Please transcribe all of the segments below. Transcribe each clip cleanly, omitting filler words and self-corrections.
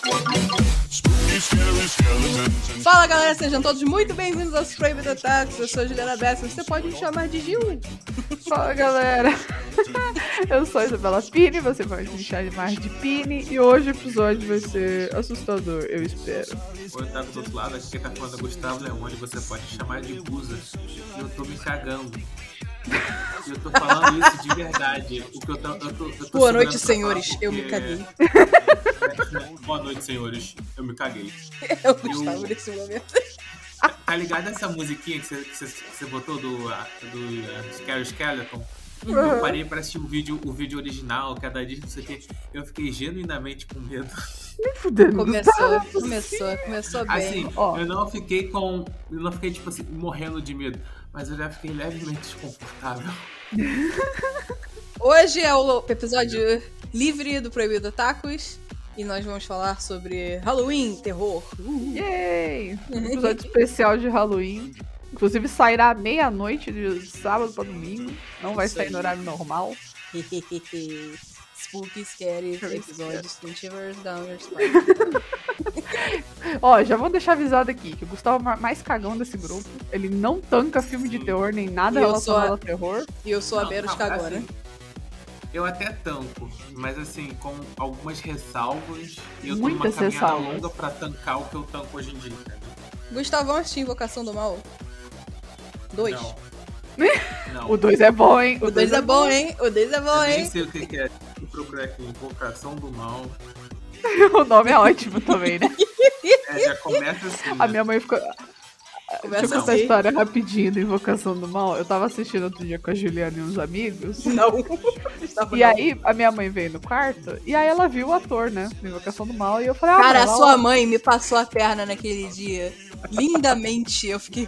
Fala galera, sejam todos muito bem-vindos aos Proibido Attacks. Eu sou a Juliana Bessa, você pode me chamar de Gil. Fala galera, eu sou a Isabela Pini, você pode me chamar de Pini. E hoje o episódio vai ser assustador, eu espero. Oi, tá do outro lado, aqui tá falando Gustavo Leone, você pode chamar de Busa. E eu tô me cagando. Eu tô falando isso de verdade. O que eu tô Boa noite, senhores, eu me caguei. Boa noite, senhores, eu me caguei. Eu Gustavo nesse momento. Tá ligado essa musiquinha que você botou do Scary Skeleton? Uhum. Eu parei pra assistir o vídeo original, cada dia, não sei o que. Eu fiquei genuinamente com medo. Nem fudendo. Começou bem. Assim, eu não fiquei tipo assim, morrendo de medo, mas eu já fiquei levemente desconfortável. Hoje é o episódio livre do Proibido Otakus e nós vamos falar sobre Halloween, terror. Yay! Um episódio especial de Halloween. Inclusive sairá à meia-noite de sábado pra domingo. Não vai sair no horário normal. Spooky, scary episódios, shivers down your spine. Ó, já vou deixar avisado aqui que o Gustavo é o mais cagão desse grupo. Ele não tanca filme de terror nem nada relacionado ao terror. E eu sou a Beros cagona. Assim, eu até tanco, mas assim, com algumas ressalvas. E eu tô numa caminhada longa pra tancar o que eu tanco hoje em dia. Gustavão assistiu Invocação do Mal? 2? Não. O 2 é bom, hein? O 2 é bom, hein? O 2 é bom, hein? Nem sei o que é. Vou procurar aqui, Invocação do Mal. O nome é ótimo também, né? Já começa assim. A minha mãe ficou... Começa Deixa eu contar a história rapidinho da Invocação do Mal. Eu tava assistindo outro dia com a Juliana e uns amigos. Não. E aí, a minha mãe veio no quarto, e aí ela viu o ator, né? Na Invocação do Mal, e eu falei... Cara, a sua mãe me passou a perna naquele dia. Lindamente. Eu fiquei...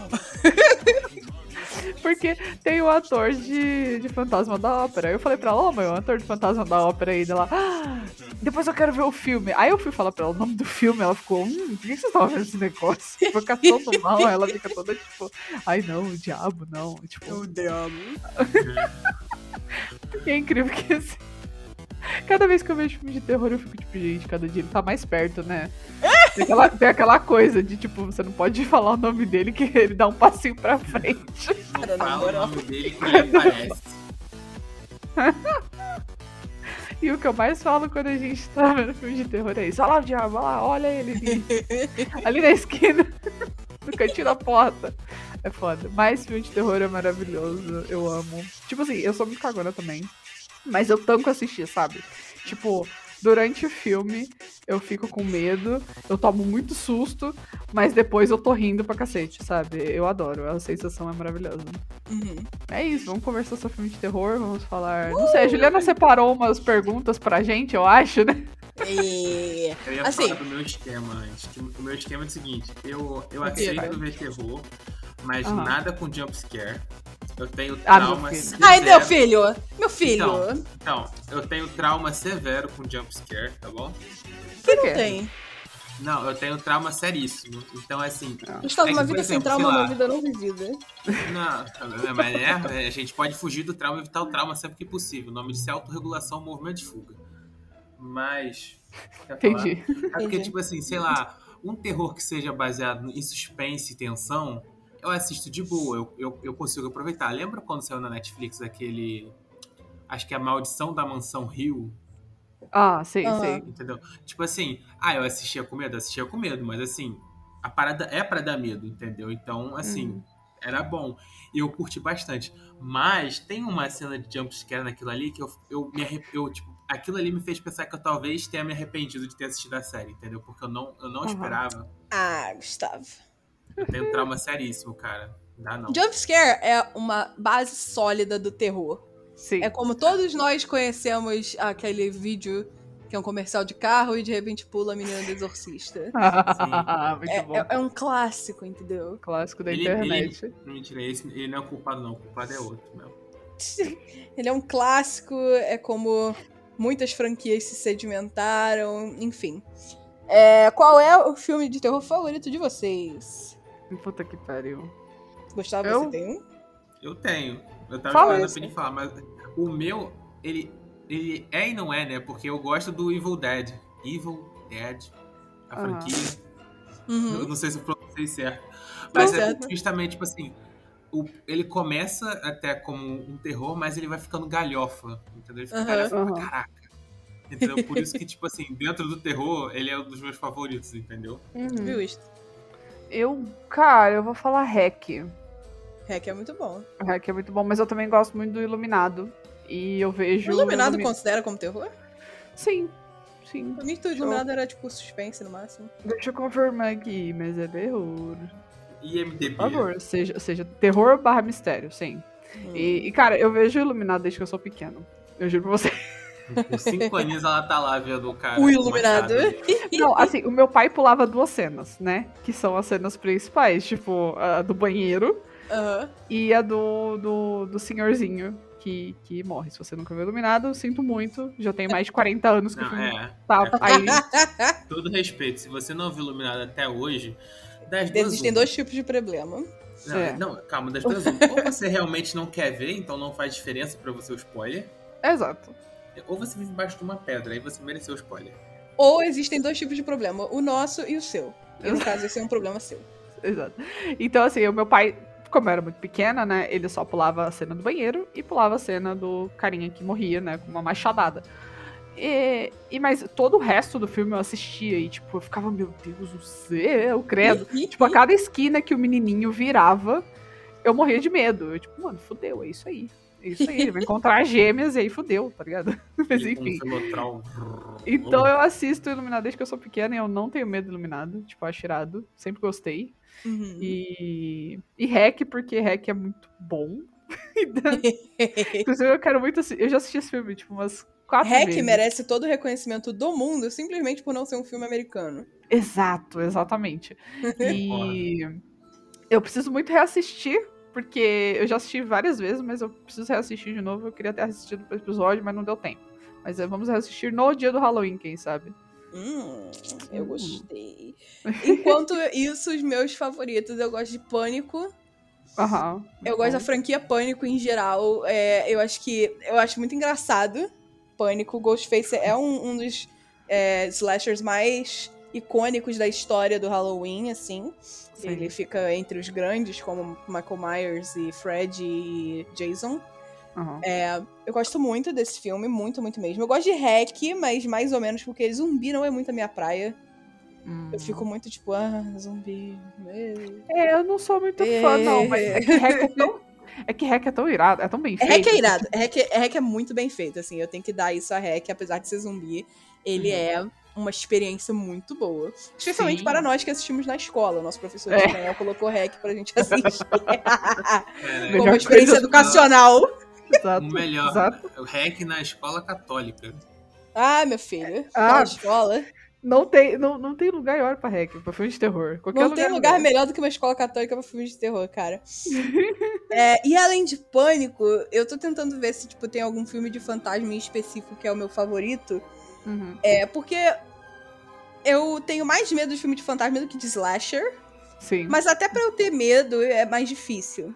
Porque tem o ator de Fantasma da Ópera. Eu falei pra ela, mãe, o ator de Fantasma da Ópera aí dela. Depois eu quero ver o filme. Aí eu fui falar pra ela o nome do filme, ela ficou, por que vocês estavam vendo esse negócio? Invocação do Mal, ela fica toda tipo, ai não, o diabo não. Tipo, O diabo. Porque é incrível que assim, cada vez que eu vejo filme de terror eu fico tipo, gente, cada dia ele tá mais perto, né? Tem aquela coisa de tipo, você não pode falar o nome dele que ele dá um passinho pra frente. Não fala o nome dele que ele aparece. E o que eu mais falo quando a gente tá vendo filme de terror é isso. Olha lá o diabo, olha lá, olha ele ali na esquina, no cantinho da porta. É foda. Mas filme de terror é maravilhoso, eu amo. Tipo assim, eu sou muito cagona também, mas eu tanco assistir, sabe? Tipo, durante o filme eu fico com medo, eu tomo muito susto, mas depois eu tô rindo pra cacete, sabe? Eu adoro, a sensação é maravilhosa. Uhum. É isso, vamos conversar sobre filme de terror, vamos falar... Não sei, a Juliana separou umas perguntas pra gente, eu acho, né? Eu ia assim, falar do meu esquema antes. O meu esquema é o seguinte, eu aceito ver terror, mas nada com jumpscare. Eu tenho trauma severo. Ai, meu filho! Meu filho! Então, eu tenho trauma severo com jumpscare, tá bom? Que não tem? Não, eu tenho trauma seríssimo. Então, assim... Gustavo, uma vida sem trauma é uma vida não vivida. Não, mas a gente pode fugir do trauma e evitar o trauma sempre que possível. O nome disso é autorregulação, movimento de fuga. Mas... Entendi. É porque, tipo assim, sei lá, um terror que seja baseado em suspense e tensão, eu assisto de boa, eu consigo aproveitar. Lembra quando saiu na Netflix aquele... Acho que é a Maldição da Mansão Hill? Ah, sei. Entendeu? Tipo assim, eu assistia com medo, mas assim, a parada é pra dar medo, entendeu? Então, assim, era bom. E eu curti bastante. Mas tem uma cena de jumpscare naquilo ali que eu tipo, aquilo ali me fez pensar que eu talvez tenha me arrependido de ter assistido a série, entendeu? Porque eu não esperava. Ah, Gustavo. Eu tenho trauma seríssimo, cara. Dá não. Jumpscare é uma base sólida do terror. Sim. É como todos nós conhecemos aquele vídeo que é um comercial de carro e de repente pula a menina do exorcista. Muito bom. É um clássico, entendeu? Clássico da internet. Mentira, ele não é o culpado não, o culpado é outro, não. Ele é um clássico, é como muitas franquias se sedimentaram, enfim. Qual é o filme de terror favorito de vocês? Puta que pariu. Gustavo, você tem um? Eu tenho. Eu tava Fala esperando a Penny falar, mas o meu, ele é e não é, né? Porque eu gosto do Evil Dead. Evil Dead, a franquia. Uhum. Eu não sei se eu pronunciei certo. Mas Tá é certo. justamente, tipo assim, ele começa até como um terror, mas ele vai ficando galhofa, entendeu? Ele fica galhofa pra caraca. Entendeu? Por isso que, tipo assim, dentro do terror, ele é um dos meus favoritos, entendeu? Justo. Eu vou falar Hack. Hack é muito bom. Hack é muito bom, mas eu também gosto muito do Iluminado. E eu vejo... O Iluminado considera como terror? Sim. Pra mim, o Iluminado era tipo suspense no máximo. Deixa eu confirmar aqui, mas é terror. IMDb. Por favor, seja terror / mistério, sim. E, cara, eu vejo Iluminado desde que eu sou pequeno. Eu juro pra você. Com 5 aninhos ela tá lá vendo o cara. O Iluminado. Não, assim, o meu pai pulava 2 cenas, né? Que são as cenas principais, tipo, a do banheiro e a do senhorzinho que morre. Se você nunca viu Iluminado, sinto muito. Já tem mais de 40 anos que o filme tá aí. Todo respeito, se você não viu Iluminado até hoje, das duas existem 2 tipos de problema. Não, calma, das duas uma. Ou você realmente não quer ver, então não faz diferença pra você o spoiler. Exato. Ou você vive embaixo de uma pedra, aí você mereceu o spoiler. Ou existem 2 tipos de problema, o nosso e o seu. E no caso, esse é um problema seu. Exato. Então, assim, o meu pai, como eu era muito pequena, né, ele só pulava a cena do banheiro e pulava a cena do carinha que morria, né, com uma machadada. Mas todo o resto do filme eu assistia e, tipo, eu ficava, meu Deus do céu, credo. Tipo, a cada esquina que o menininho virava, eu morria de medo. Eu, tipo, mano, fudeu, é isso aí. É isso aí, ele vai encontrar gêmeas e aí fudeu, tá ligado? Mas enfim. Então eu assisto Iluminado desde que eu sou pequena e eu não tenho medo do Iluminado. Tipo, acho irado. Sempre gostei. E Hack, porque Hack é muito bom. Inclusive, eu quero muito assistir. Eu já assisti esse filme, tipo, umas 4 vezes. Hack merece todo o reconhecimento do mundo simplesmente por não ser um filme americano. Exato, exatamente. E eu preciso muito reassistir, porque eu já assisti várias vezes, mas eu preciso reassistir de novo. Eu queria ter assistido o episódio, mas não deu tempo. Mas vamos reassistir no dia do Halloween, quem sabe? Eu gostei. Enquanto isso, os meus favoritos, eu gosto de Pânico. Eu gosto da franquia Pânico em geral. Eu acho muito engraçado. Pânico, Ghostface é um dos slashers mais icônicos da história do Halloween, assim. Sim. Ele fica entre os grandes, como Michael Myers e Fred e Jason. Eu gosto muito desse filme, muito, muito mesmo. Eu gosto de Hack, mas mais ou menos porque zumbi não é muito a minha praia. Eu fico muito tipo, zumbi. Eu não sou muito fã, não, mas é que Hack é tão irado, é tão bem feito. Hack é irado, Hack é muito bem feito, assim, eu tenho que dar isso a Hack, apesar de ser zumbi, ele é uma experiência muito boa. Especialmente para nós que assistimos na escola. O nosso professor de espanhol colocou Hack pra gente assistir. Como uma experiência educacional. Exato. O melhor, o Hack na escola católica. Meu filho, na escola... Não tem lugar melhor pra Hack, pra filme de terror. Não tem lugar melhor do que uma escola católica pra filme de terror, cara. E além de Pânico, eu tô tentando ver se tipo, tem algum filme de fantasma em específico que é o meu favorito. Porque eu tenho mais medo de filme de fantasma do que de slasher. Sim. Mas até pra eu ter medo é mais difícil.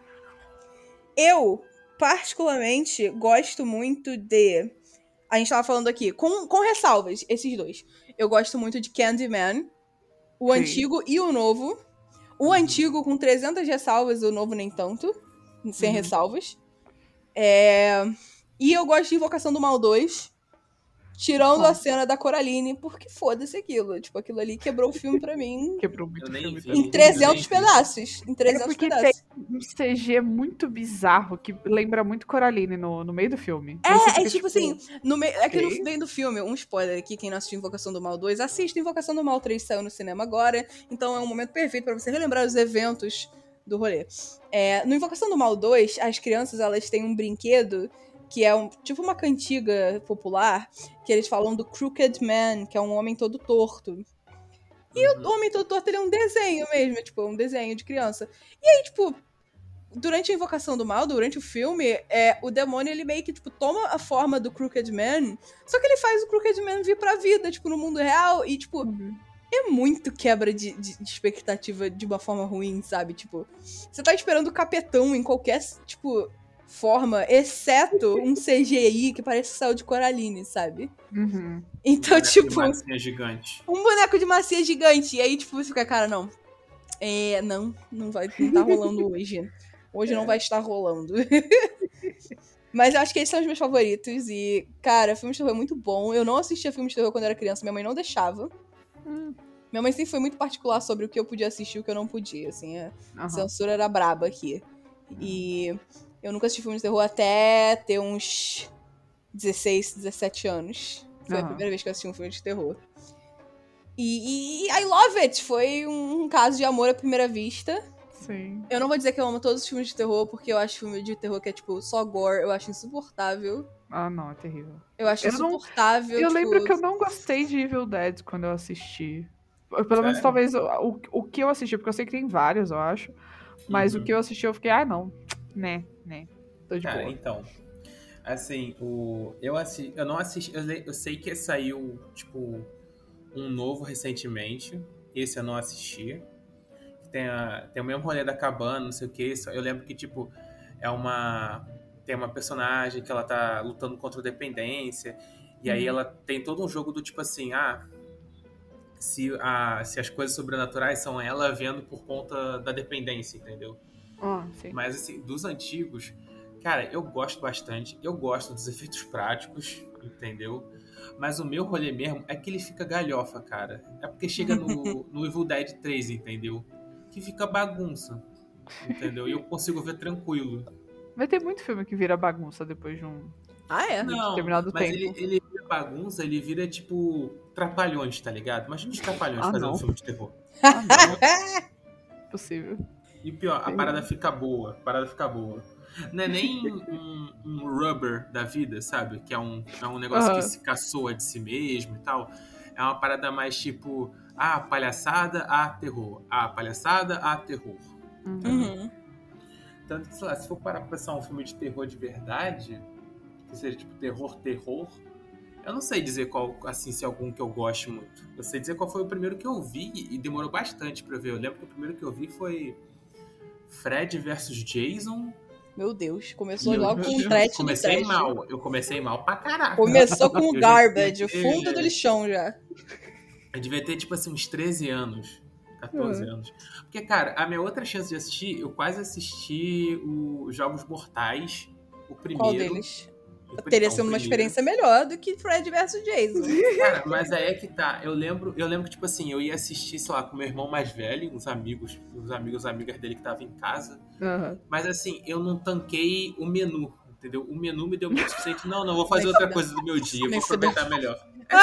Eu, particularmente, gosto muito de... A gente tava falando aqui, com ressalvas, esses 2. Eu gosto muito de Candyman, o antigo e o novo. O antigo com 300 ressalvas, o novo nem tanto, sem ressalvas. E eu gosto de Invocação do Mal 2, tirando a cena da Coraline, porque foda-se aquilo. Tipo, aquilo ali quebrou o filme pra mim. Quebrou muito o filme. Em 300 pedaços. Em 300 pedaços. Tem um CG muito bizarro que lembra muito Coraline no meio do filme. Tipo assim, no meio do filme, um spoiler aqui, quem não assistiu Invocação do Mal 2, assista Invocação do Mal 3, saiu no cinema agora, então é um momento perfeito pra você relembrar os eventos do rolê. No Invocação do Mal 2, as crianças, elas têm um brinquedo que é tipo uma cantiga popular, que eles falam do Crooked Man, que é um homem todo torto. E o homem todo torto, ele é um desenho mesmo, tipo, um desenho de criança. E aí, tipo, durante a Invocação do Mal, durante o filme, o demônio, ele meio que, tipo, toma a forma do Crooked Man, só que ele faz o Crooked Man vir pra vida, tipo, no mundo real, e, tipo, é muito quebra de expectativa de uma forma ruim, sabe? Tipo, você tá esperando o Capetão em qualquer, tipo, forma, exceto um CGI que parece que saiu de Coraline, sabe? Uhum. Então, tipo... De massinha gigante. Um boneco de massinha gigante. E aí, tipo, você fica, cara, não. Não tá rolando hoje. Hoje não vai estar rolando. Mas eu acho que esses são os meus favoritos. E, cara, filme de terror é muito bom. Eu não assistia filme de terror quando eu era criança. Minha mãe não deixava. Minha mãe sempre foi muito particular sobre o que eu podia assistir e o que eu não podia. Assim, a censura era braba aqui. E eu nunca assisti filme de terror até ter uns 16, 17 anos. Foi a primeira vez que eu assisti um filme de terror. E I love it! Foi um caso de amor à primeira vista. Sim. Eu não vou dizer que eu amo todos os filmes de terror, porque eu acho filme de terror que é, tipo, só gore. Eu acho insuportável. Ah, não, é terrível. Eu acho insuportável. Eu tipo... lembro que eu não gostei de Evil Dead quando eu assisti. Pelo menos, talvez, o que eu assisti, porque eu sei que tem vários, eu acho. Mas o que eu assisti, eu fiquei, não. Né. Tô de boa. Então, assim, eu não assisti, eu sei que saiu, tipo, um novo recentemente. Esse eu não assisti. Tem o mesmo rolê da cabana, não sei o que. Eu lembro que, tipo, tem uma personagem que ela tá lutando contra a dependência. E aí ela tem todo um jogo do tipo assim, se as coisas sobrenaturais são ela vendo por conta da dependência, entendeu? Sim. Mas, assim, dos antigos, cara, eu gosto bastante. Eu gosto dos efeitos práticos, entendeu? Mas o meu rolê mesmo é que ele fica galhofa, cara. É porque chega no Evil Dead 3, entendeu? Que fica bagunça, entendeu? E eu consigo ver tranquilo. Vai ter muito filme que vira bagunça depois de um determinado mas tempo. ele vira bagunça, ele vira, tipo, Trapalhões, tá ligado? Imagina os Trapalhões fazendo um filme de terror. Possível. E pior, a parada fica boa. Não é nem um Rubber da vida, sabe? Que é um negócio que se caçoa de si mesmo e tal. É uma parada mais tipo, palhaçada, terror. Palhaçada, terror. Tanto que, sei lá, se for parar pra pensar um filme de terror de verdade, que seja tipo terror, eu não sei dizer qual, assim, se é algum que eu goste muito. Eu sei dizer qual foi o primeiro que eu vi e demorou bastante pra ver. Eu lembro que o primeiro que eu vi foi Fred vs Jason. Meu Deus, começou logo com um trash do trash. Eu comecei mal pra caraca. Começou com o garbage, o fundo do lixão já. Eu devia ter, tipo assim, uns 13 anos. 14 anos. Porque, cara, a minha outra chance de assistir, eu quase assisti os Jogos Mortais, o primeiro. Qual deles? Teria sido uma experiência melhor do que Fred vs Jason. Cara, mas aí é que tá. Eu lembro que, tipo assim, eu ia assistir, sei lá, com meu irmão mais velho, uns amigos, amigas dele que estavam em casa. Mas assim, eu não tanquei o menu, entendeu? O menu me deu muito suficiente. Não, vou fazer outra coisa do meu dia, vou aproveitar melhor.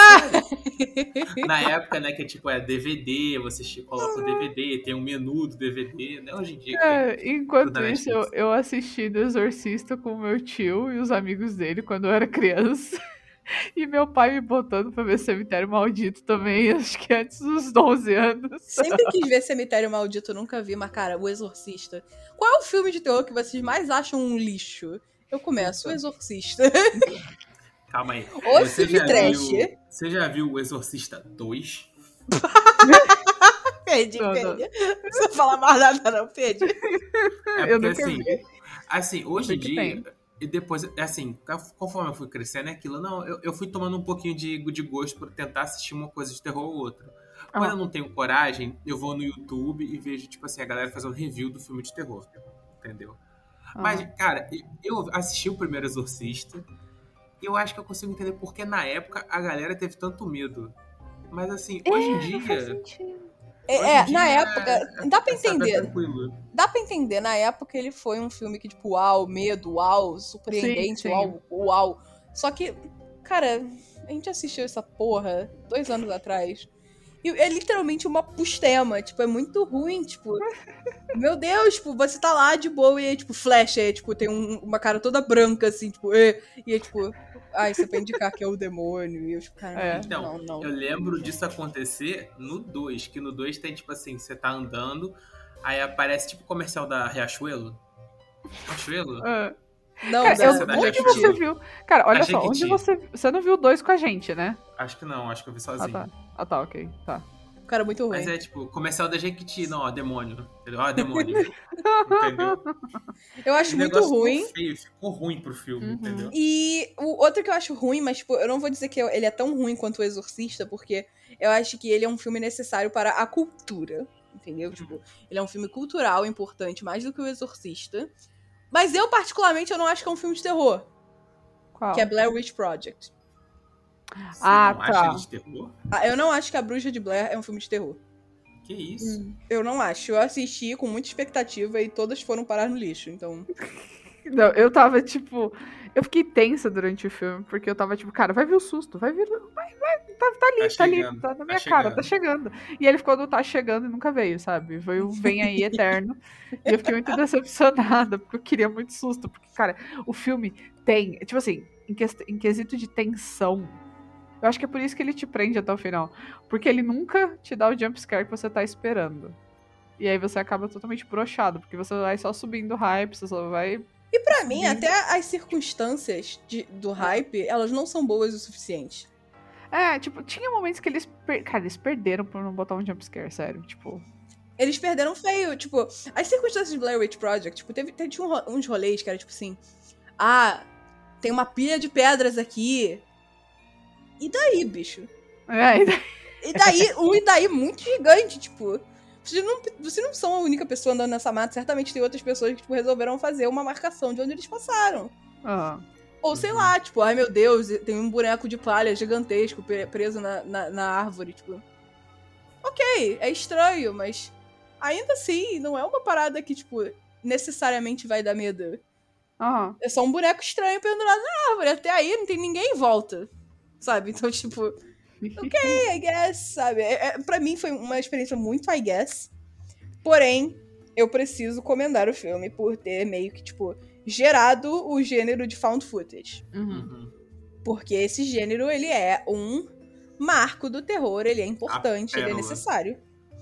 Na época, né, que tipo, DVD, você coloca o DVD, tem um menu do DVD, né? Hoje em dia. Enquanto isso, eu assisti do Exorcista com o meu tio e os amigos dele quando eu era criança. E meu pai me botando pra ver Cemitério Maldito também, acho que antes dos 12 anos. Sempre quis ver Cemitério Maldito, nunca vi, mas cara, O Exorcista. Qual é o filme de terror que vocês mais acham um lixo? Eu começo, O Exorcista. Calma aí. Ou filme trash. Você já viu O Exorcista 2? Perdi. Não precisa falar mais nada, não, perdi. É porque, assim, hoje em dia, e depois, assim, conforme eu fui crescendo, é aquilo, eu fui tomando um pouquinho de gosto por tentar assistir uma coisa de terror ou outra. Quando eu não tenho coragem, eu vou no YouTube e vejo, tipo assim, a galera fazendo review do filme de terror, entendeu? Mas, cara, eu assisti o primeiro Exorcista e eu acho que eu consigo entender porque na época a galera teve tanto medo. Mas, assim, hoje em dia... na época, dá pra entender. Dá pra entender, na época ele foi um filme que, tipo, uau, medo, uau, surpreendente, sim. Uau. Só que, cara, a gente assistiu essa porra 2 anos atrás. E é literalmente uma pustema, tipo, é muito ruim, tipo... Meu Deus, tipo, você tá lá de boa e aí, tipo, flash, aí, tipo, tem uma cara toda branca, assim, tipo... E aí, tipo... Isso é pra indicar que é o demônio. E eu, tipo, cara, não. Eu lembro disso acontecer no 2, que no 2 tem, tipo assim, você tá andando, aí aparece, tipo, comercial da Riachuelo. Riachuelo? Não, onde você viu? Cara, olha só, onde você não viu o 2 com a gente, né? Acho que não, acho que eu vi sozinho. Tá, ok, tá. cara muito ruim. Mas é tipo, comercial da Jequiti, não, ó, demônio. Entendeu? Ó, demônio. Entendeu? Eu acho O muito negócio ruim. Ficou feio, ficou ruim pro filme, entendeu? E o outro que eu acho ruim, mas tipo, eu não vou dizer que ele é tão ruim quanto O Exorcista, porque eu acho que ele é um filme necessário para a cultura. Entendeu? Tipo, ele é um filme cultural importante, mais do que O Exorcista. Mas eu, particularmente, eu não acho que é um filme de terror. Qual? Que é Blair Witch Project. Você não acha tá. ele de terror? Eu não acho que A Bruxa de Blair é um filme de terror. Que isso? Eu não acho. Eu assisti com muita expectativa e todas foram parar no lixo, então... Não, eu tava, tipo... Eu fiquei tensa durante o filme, porque eu tava, tipo, cara, vai vir o susto, vai vir... Vai, tá ali, tá ali, chegando, tá na minha tá cara, chegando. tá chegando. E ele ficou no tá chegando e nunca veio, sabe? Foi um vem aí eterno. E eu fiquei muito decepcionada, porque eu queria muito susto. Porque, cara, o filme tem... Tipo assim, em quesito de tensão, eu acho que é por isso que ele te prende até o final. Porque ele nunca te dá o jumpscare que você tá esperando. E aí você acaba totalmente broxado, porque você vai só subindo o hype, você só vai... E pra mim, até as circunstâncias do hype, elas não são boas o suficiente. É, tipo, tinha momentos que eles... Cara, eles perderam por não botar um jumpscare, sério. Tipo... Eles perderam feio. Tipo, as circunstâncias de Blair Witch Project, tipo, tinha uns rolês que era tipo assim... Ah, tem uma pilha de pedras aqui. E daí, bicho? E daí muito gigante, tipo... Vocês não são a única pessoa andando nessa mata. Certamente tem outras pessoas que tipo, resolveram fazer uma marcação de onde eles passaram. Ou sei lá, tipo, ai meu Deus, tem um boneco de palha gigantesco preso na árvore, tipo... Ok, é estranho, mas ainda assim, não é uma parada que, tipo, necessariamente vai dar medo. É só um boneco estranho pendurado na árvore. Até aí não tem ninguém em volta, sabe? Então, tipo... Ok, I guess, sabe? Pra mim foi uma experiência muito I guess. Porém, eu preciso comentar o filme por ter meio que, tipo, gerado o gênero de found footage. Porque esse gênero, ele é um marco do terror, ele é importante, ele é necessário.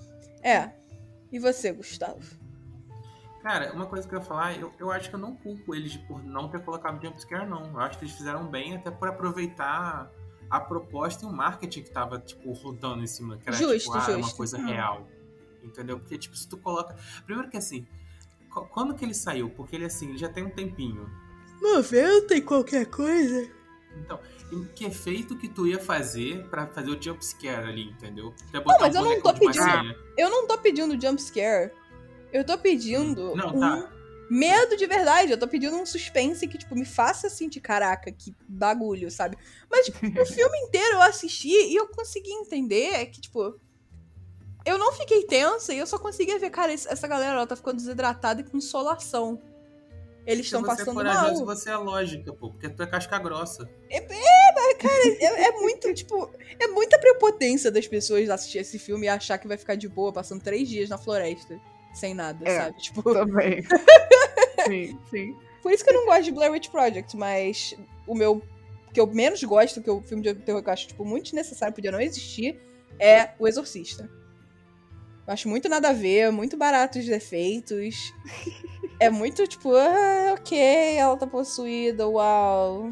E você, Gustavo? Cara, uma coisa que eu ia falar, eu acho que eu não culpo eles por não ter colocado jumpscare, não. Eu acho que eles fizeram bem até por aproveitar a proposta e o marketing que tava, tipo, rodando em cima. Que era, Justo. uma coisa real. Entendeu? Porque, tipo, se tu coloca... Primeiro que, assim, quando que ele saiu? Porque ele, assim, ele já tem um tempinho. 90 e qualquer coisa. Então, que efeito que tu ia fazer pra fazer o jumpscare ali, entendeu? Não, mas eu não tô pedindo jumpscare. Eu tô pedindo medo de verdade. Eu tô pedindo um suspense que, tipo, me faça sentir, caraca, que bagulho, sabe? Mas, tipo, o filme inteiro eu assisti e eu consegui entender que, tipo... Eu não fiquei tensa e eu só conseguia ver, cara, essa galera, ela tá ficando desidratada e com insolação. Eles estão passando mal. Se você é corajoso, você é lógica, pô, porque tu é casca grossa. Cara, é muito, tipo... É muita prepotência das pessoas assistir esse filme e achar que vai ficar de boa passando 3 dias na floresta. Sem nada, sabe? Tipo... Também. Sim. Por isso que eu não gosto de Blair Witch Project, mas o meu... que eu menos gosto, que é o filme de terror que eu acho, tipo, muito desnecessário, podia não existir, é O Exorcista. Eu acho muito nada a ver, muito barato os defeitos. É muito, tipo, ok, ela tá possuída, uau.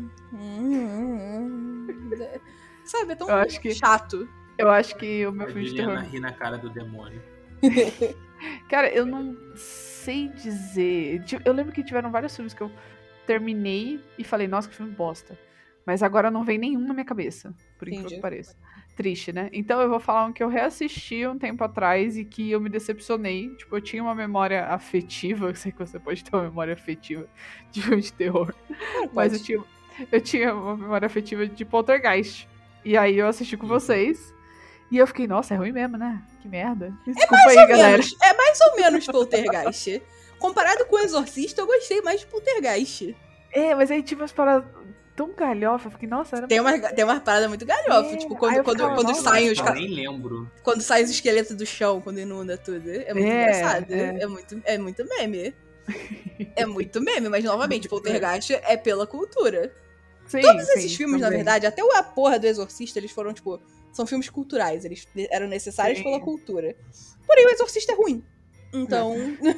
Sabe, é tão chato. Eu acho que o meu filme de terror... ri na cara do demônio. Cara, eu não sei dizer... Eu lembro que tiveram vários filmes que eu terminei e falei, nossa, que filme bosta. Mas agora não vem nenhum na minha cabeça, por incrível que pareça. Triste, né? Então eu vou falar um que eu reassisti um tempo atrás e que eu me decepcionei. Tipo, eu tinha uma memória afetiva, eu sei que você pode ter uma memória afetiva de filme de terror. Mas eu tinha uma memória afetiva de Poltergeist. E aí eu assisti com vocês. E eu fiquei, nossa, é ruim mesmo, né? Que merda. Desculpa aí, galera. É mais ou menos Poltergeist. Comparado com o Exorcista, eu gostei mais de Poltergeist. Mas aí tinha umas paradas tão galhofa, eu fiquei, nossa, era... Tem uma parada muito galhofa, tipo, quando saem os... Eu nem lembro. Quando saem os esqueletos do chão, quando inunda tudo. É muito engraçado. É muito meme. É muito meme, mas novamente, Poltergeist é pela cultura. Todos esses filmes, na verdade, até a porra do Exorcista, eles foram, tipo... São filmes culturais, eles eram necessários pela cultura. Porém, o Exorcista é ruim. Então...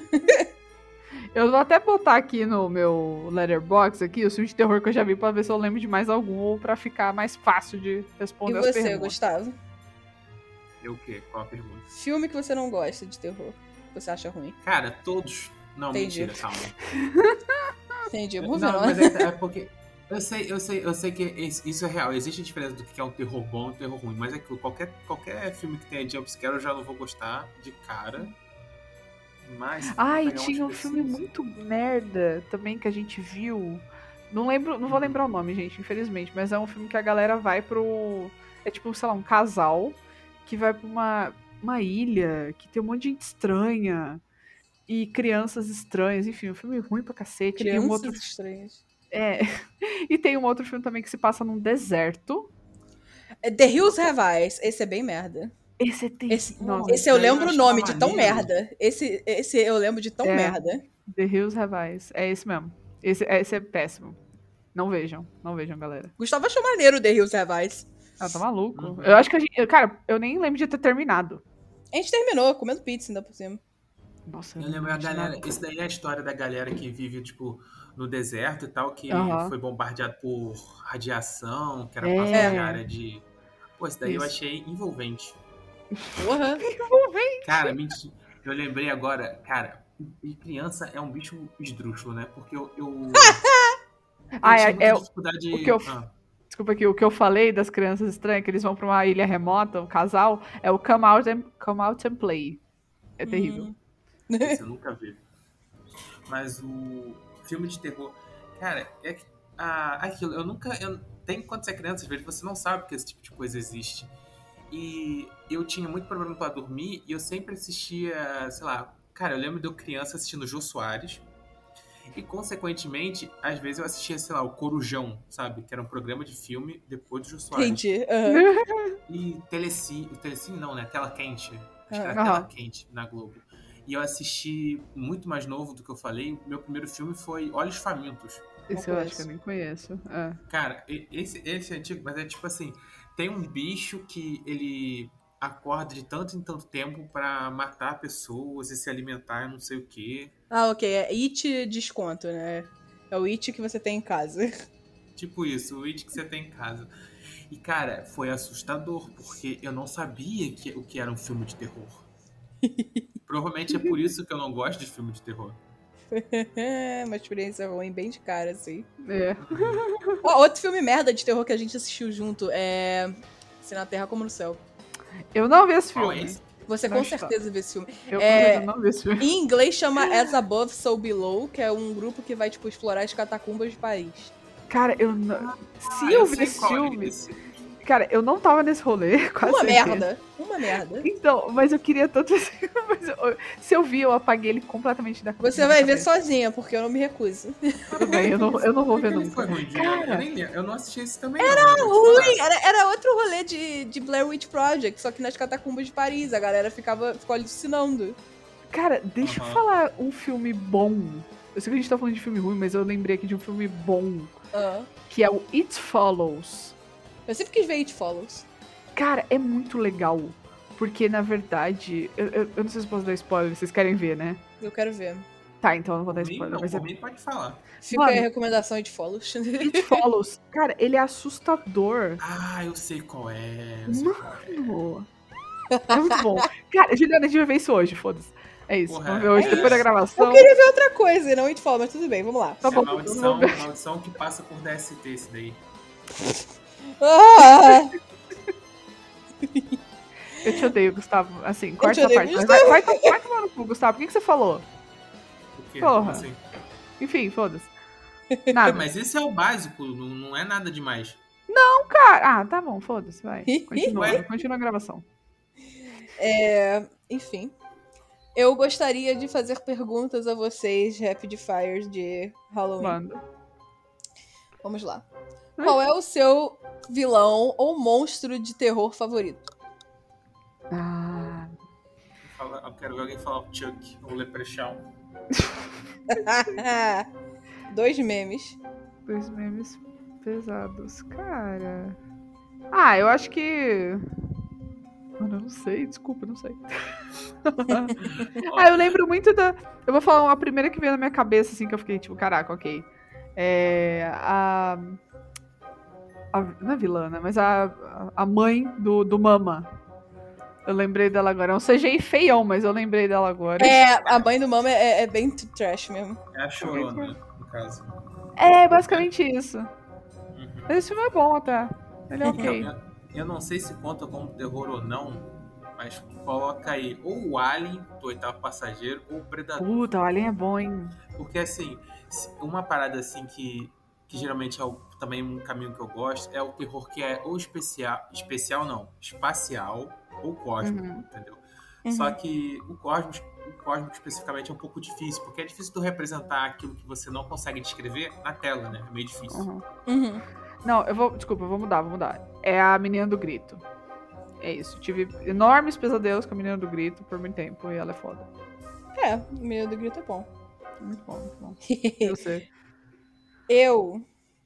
Eu vou até botar aqui no meu Letterboxd aqui os filmes de terror que eu já vi pra ver se eu lembro de mais algum ou pra ficar mais fácil de responder as perguntas. E você, Gustavo? O quê? Qual a pergunta? Filme que você não gosta de terror. Que você acha ruim. Cara, todos... Não, Entendi. mentira, calma. Entendi. Não, mas é porque... Eu sei que isso é real. Existe a diferença do que é um terror bom e um terror ruim. Mas é que qualquer filme que tenha jumpscare eu já não vou gostar de cara. Mas... Ai, tinha um filme muito merda também que a gente viu. Não vou lembrar o nome, gente, infelizmente. Mas é um filme que a galera vai pro... É tipo, sei lá, um casal que vai pra uma ilha que tem um monte de gente estranha e crianças estranhas. Enfim, um filme ruim pra cacete. Crianças e um outro... estranhas. E tem um outro filme também que se passa num deserto. The Hills Have Eyes. Esse é bem merda. Esse é terrível. Esse eu lembro o nome de tão merda. Esse eu lembro de tão merda. The Hills Have Eyes. É esse mesmo. Esse é péssimo. Não vejam, galera. Gustavo achou maneiro The Hills Have Eyes. Ah, tá maluco? Uhum. Eu acho que a gente... Cara, eu nem lembro de ter terminado. A gente terminou comendo pizza ainda por cima. Nossa, eu lembro a galera... Isso daí é a história da galera que vive, tipo, no deserto e tal, que foi bombardeado por radiação, que era próxima de área de... Pô, isso daí eu achei envolvente. Porra! Envolvente! Cara, mentira. Eu lembrei agora, cara, e criança é um bicho esdrúxulo, né? Porque eu dificuldade... Desculpa aqui, o que eu falei das crianças estranhas, que eles vão pra uma ilha remota, um casal, é o Come Out and Play. É terrível. Esse eu nunca vi. Mas o filme de terror... Cara, é que... aquilo, tem quando você é criança, às vezes você não sabe que esse tipo de coisa existe. E eu tinha muito problema pra dormir e eu sempre assistia, sei lá... Cara, eu lembro de eu criança assistindo Jô Soares. E, consequentemente, às vezes eu assistia, sei lá, o Corujão, sabe? Que era um programa de filme depois do Jô Soares. Entendi. E Telecine não, né? Tela Quente. Acho que era Tela Quente na Globo. E eu assisti muito mais novo do que eu falei. Meu primeiro filme foi Olhos Famintos. Esse eu acho que eu nem conheço. Cara, esse é antigo, mas é tipo assim... Tem um bicho que ele acorda de tanto em tanto tempo pra matar pessoas e se alimentar, não sei o quê. Ok. É It desconto, né? É o It que você tem em casa. Tipo isso, o It que você tem em casa. E, cara, foi assustador, porque eu não sabia o que era um filme de terror. Provavelmente é por isso que eu não gosto de filme de terror. Uma experiência ruim, bem de cara, assim. Outro filme merda de terror que a gente assistiu junto é Se na Terra Como no Céu. Eu não vi esse filme. Você com certeza viu esse filme. Eu não vi esse filme. Em inglês chama As Above, So Below, que é um grupo que vai, tipo, explorar as catacumbas de Paris. Cara, eu não... Se eu vi esse filme... Cara, eu não tava nesse rolê, quase Uma merda. Então, mas eu queria tanto... Se eu vi, eu apaguei ele completamente da Você vai ver sozinha, porque eu não me recuso. Tudo bem, eu não vou ver nunca. Foi ruim, cara, eu não assisti esse também. Era ruim! Era outro rolê de Blair Witch Project, só que nas catacumbas de Paris. A galera ficou alucinando. Cara, deixa eu falar um filme bom. Eu sei que a gente tá falando de filme ruim, mas eu lembrei aqui de um filme bom. Que é o It Follows. Eu sempre quis ver It Follows. Cara, é muito legal. Porque, na verdade... Eu não sei se posso dar spoiler, vocês querem ver, né? Eu quero ver. Tá, então eu não vou dar spoiler. Não, mas pode falar. Fica aí a recomendação It Follows. It Follows. Cara, ele é assustador. Eu sei qual é. Mano. É muito bom. Cara, Juliana, a gente vai ver isso hoje, foda-se. É isso, vamos ver hoje, depois da gravação. Eu queria ver outra coisa, não It Follows, mas tudo bem, vamos lá. Tá bom. Maldição que passa por DST, esse daí. Eu te odeio, Gustavo. Assim, corta essa parte. Vai tomar no cu, Gustavo. O que você falou? O quê? Porra. Assim? Enfim, foda-se. Nada. Mas esse é o básico, não é nada demais. Não, cara. Tá bom, foda-se, vai. Continua a gravação. Enfim. Eu gostaria de fazer perguntas a vocês, Rapid Fires de Halloween. Manda. Vamos lá. Qual é o seu vilão ou monstro de terror favorito? Eu quero ver alguém falar o Chuck ou o Leprechaun. 2 memes. 2 memes pesados. Cara... eu acho que... Mano, eu não sei, desculpa, eu não sei. Eu lembro muito da... Eu vou falar uma primeira que veio na minha cabeça, assim, que eu fiquei tipo, caraca, ok. Não é vilã, né? Mas a mãe do Mama. Eu lembrei dela agora. É um CGI feião, mas eu lembrei dela agora. A mãe do Mama é bem trash mesmo. É a Chorona, no caso. É basicamente isso. Mas esse filme é bom até. Ele é ok. Eu não sei se conta como terror ou não, mas coloca aí ou o Alien, do Oitavo Passageiro, ou o Predador. Puta, o Alien é bom, hein? Porque, assim, uma parada assim que geralmente é também um caminho que eu gosto, é o terror que é ou espacial ou cósmico, entendeu? Só que o cósmico especificamente é um pouco difícil, porque é difícil tu representar aquilo que você não consegue descrever na tela, né? É meio difícil. Não, eu vou mudar. É a Menina do Grito. É isso. Tive enormes pesadelos com a Menina do Grito por muito tempo e ela é foda. O Menino do Grito é bom. Muito bom, muito bom. Eu sei. Eu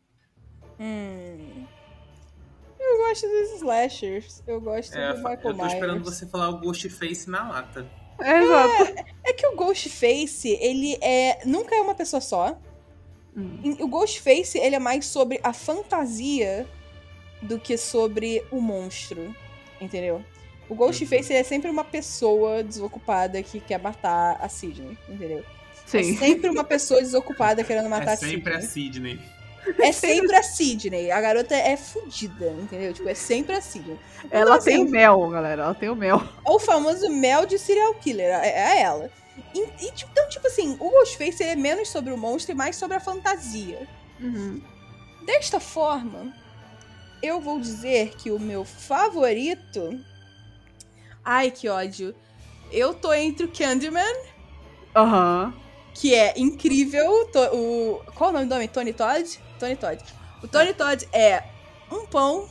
gosto dos slashers. Eu gosto do Michael Myers. Eu tô esperando você falar o Ghostface na lata. Exato. É que o Ghostface, ele nunca é uma pessoa só. O Ghostface, ele é mais sobre a fantasia do que sobre o monstro, entendeu? O Ghostface ele é sempre uma pessoa desocupada que quer matar a Sidney, entendeu? Sim. É sempre uma pessoa desocupada querendo matar a Sidney. É sempre a Sidney. É sempre a Sidney. A garota é fodida, entendeu? Tipo, é sempre a Sidney. Então, Ela tem o mel, galera. Ela tem o mel. É o famoso mel de serial killer. É ela. Então, tipo assim, o Ghostface ele é menos sobre o monstro e mais sobre a fantasia. Desta forma, eu vou dizer que o meu favorito... Ai, que ódio. Eu tô entre o Candyman, que é incrível. Qual o nome do homem? Tony Todd? Tony Todd. O Tony Todd é um pão.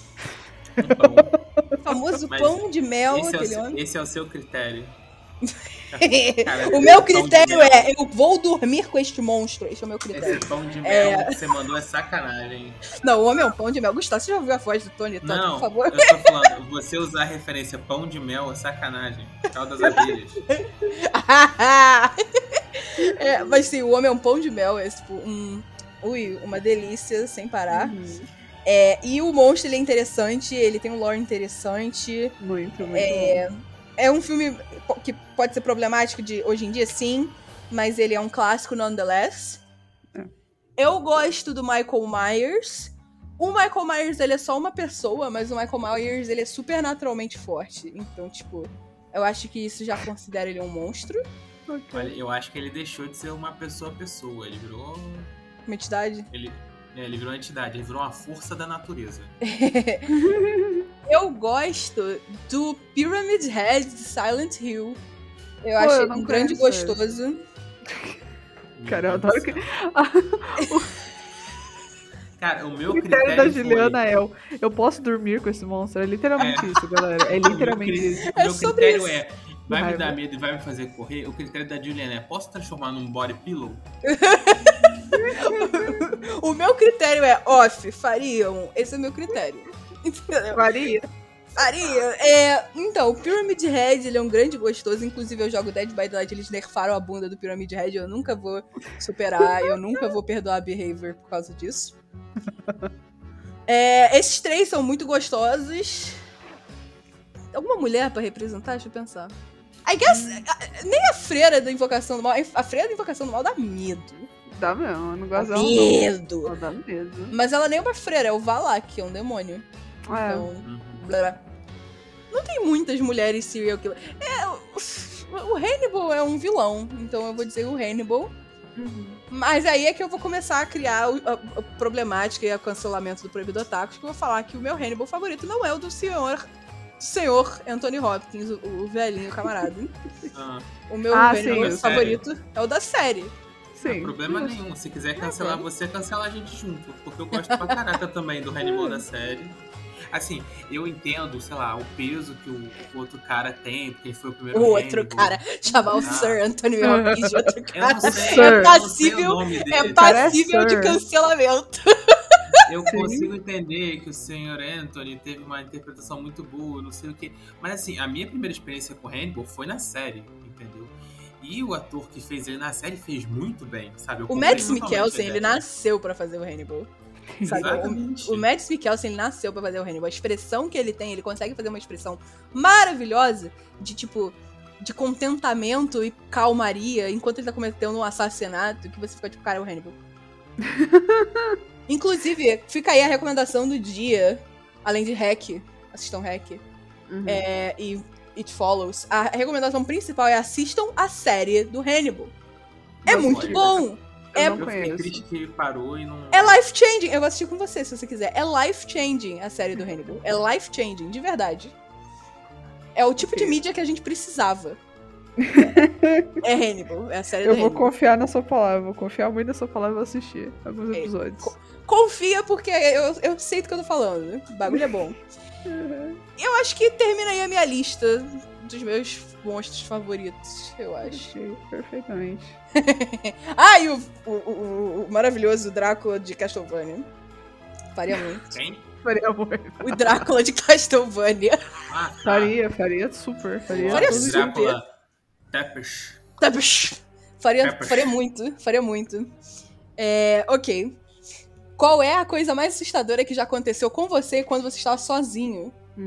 O famoso pão de mel. Esse é o seu critério. Cara, o meu critério eu vou dormir com este monstro. Esse é o meu critério. Esse pão de mel que você mandou é sacanagem. Não, o homem é um pão de mel. Gustavo, você já ouviu a voz do Tony Todd, por favor? Eu tô falando, você usar a referência pão de mel é sacanagem. Cal das abelhas. Mas sim, o homem é um pão de mel. É tipo uma delícia sem parar. E o monstro, ele é interessante. Ele tem um lore interessante. Muito bom. É um filme que pode ser problemático de hoje em dia, sim, mas ele é um clássico nonetheless. Eu gosto do Michael Myers. O Michael Myers, ele é só uma pessoa, mas o Michael Myers, ele é supernaturalmente forte. Então, tipo, eu acho que isso já considera ele um monstro. Olha, eu acho que ele deixou de ser uma pessoa. Ele virou... Uma entidade? Ele virou uma entidade, ele virou uma força da natureza. Eu gosto do Pyramid Head de Silent Hill. Eu acho ele um grande gostoso. Cara, eu adoro que... Cara, o meu critério da Juliana eu posso dormir com esse monstro. É literalmente isso, galera. É literalmente isso. O meu critério vai me dar medo e vai me fazer correr. O critério da Juliana posso transformar num body pillow? O meu critério fariam. Esse é o meu critério. Entendeu? Faria. Então, o Pyramid Head, ele é um grande gostoso. Inclusive, eu jogo Dead by Daylight, eles nerfaram a bunda do Pyramid Head. Eu nunca vou superar, eu nunca vou perdoar a Behavior por causa disso. Esses três são muito gostosos. Alguma mulher pra representar? Deixa eu pensar. I guess, nem a freira da Invocação do Mal. A freira da Invocação do Mal dá medo. Dá mesmo, eu não gosto dela. Medo. Ela dá medo. Mas ela nem é uma freira, é o Valak, que é um demônio. Então, não tem muitas mulheres serial killer. O Hannibal é um vilão, então eu vou dizer o Hannibal. Mas aí é que eu vou começar a criar a problemática e o cancelamento do Proibido Otakus, que eu vou falar que o meu Hannibal favorito não é o do senhor Anthony Hopkins, o velhinho camarada. O meu Hannibal favorito é o da série. Não tem problema nenhum. Se quiser cancelar você, cancela a gente junto. Porque eu gosto pra caraca também do Hannibal da série. Assim, eu entendo, sei lá, o peso que o outro cara tem, porque ele foi o primeiro Hannibal. Outro cara, chamar o Sir Anthony Hopkins de outro cara. É passível de cancelamento. Eu consigo entender que o Sr. Anthony teve uma interpretação muito boa, não sei o quê. Mas assim, a minha primeira experiência com o Hannibal foi na série, entendeu? E o ator que fez ele na série fez muito bem, sabe? O Mads Mikkelsen, ele nasceu pra fazer o Hannibal. Sabe? Exatamente. O Mads Mikkelsen, ele nasceu pra fazer o Hannibal. A expressão que ele tem, ele consegue fazer uma expressão maravilhosa de, tipo, de contentamento e calmaria enquanto ele tá cometendo um assassinato, que você fica tipo, cara, é o Hannibal. Inclusive, fica aí a recomendação do dia, além de Hack, assistam Hack, e It Follows. A recomendação principal é assistam a série do Hannibal. É muito bom! Eu não fiquei conheço. triste que ele parou e não... É life-changing. Eu vou assistir com você, se você quiser. É life-changing a série do Hannibal. É life-changing, de verdade. É o tipo de mídia que a gente precisava. É Hannibal, é a série do Eu vou Hannibal. confiar na sua palavra, vou confiar muito na sua palavra e vou assistir alguns episódios. Confia, porque eu sei do que eu tô falando. O bagulho é bom. Eu acho que termina aí a minha lista dos meus monstros favoritos, eu acho. Achei perfeitamente. E o maravilhoso Drácula de Castlevania. Faria muito. Tem? Faria amor. O Drácula de Castlevania. Faria super. Faria Faria tudo super. Drácula Tepes. Faria muito. Ok. Qual é a coisa mais assustadora que já aconteceu com você quando você estava sozinho?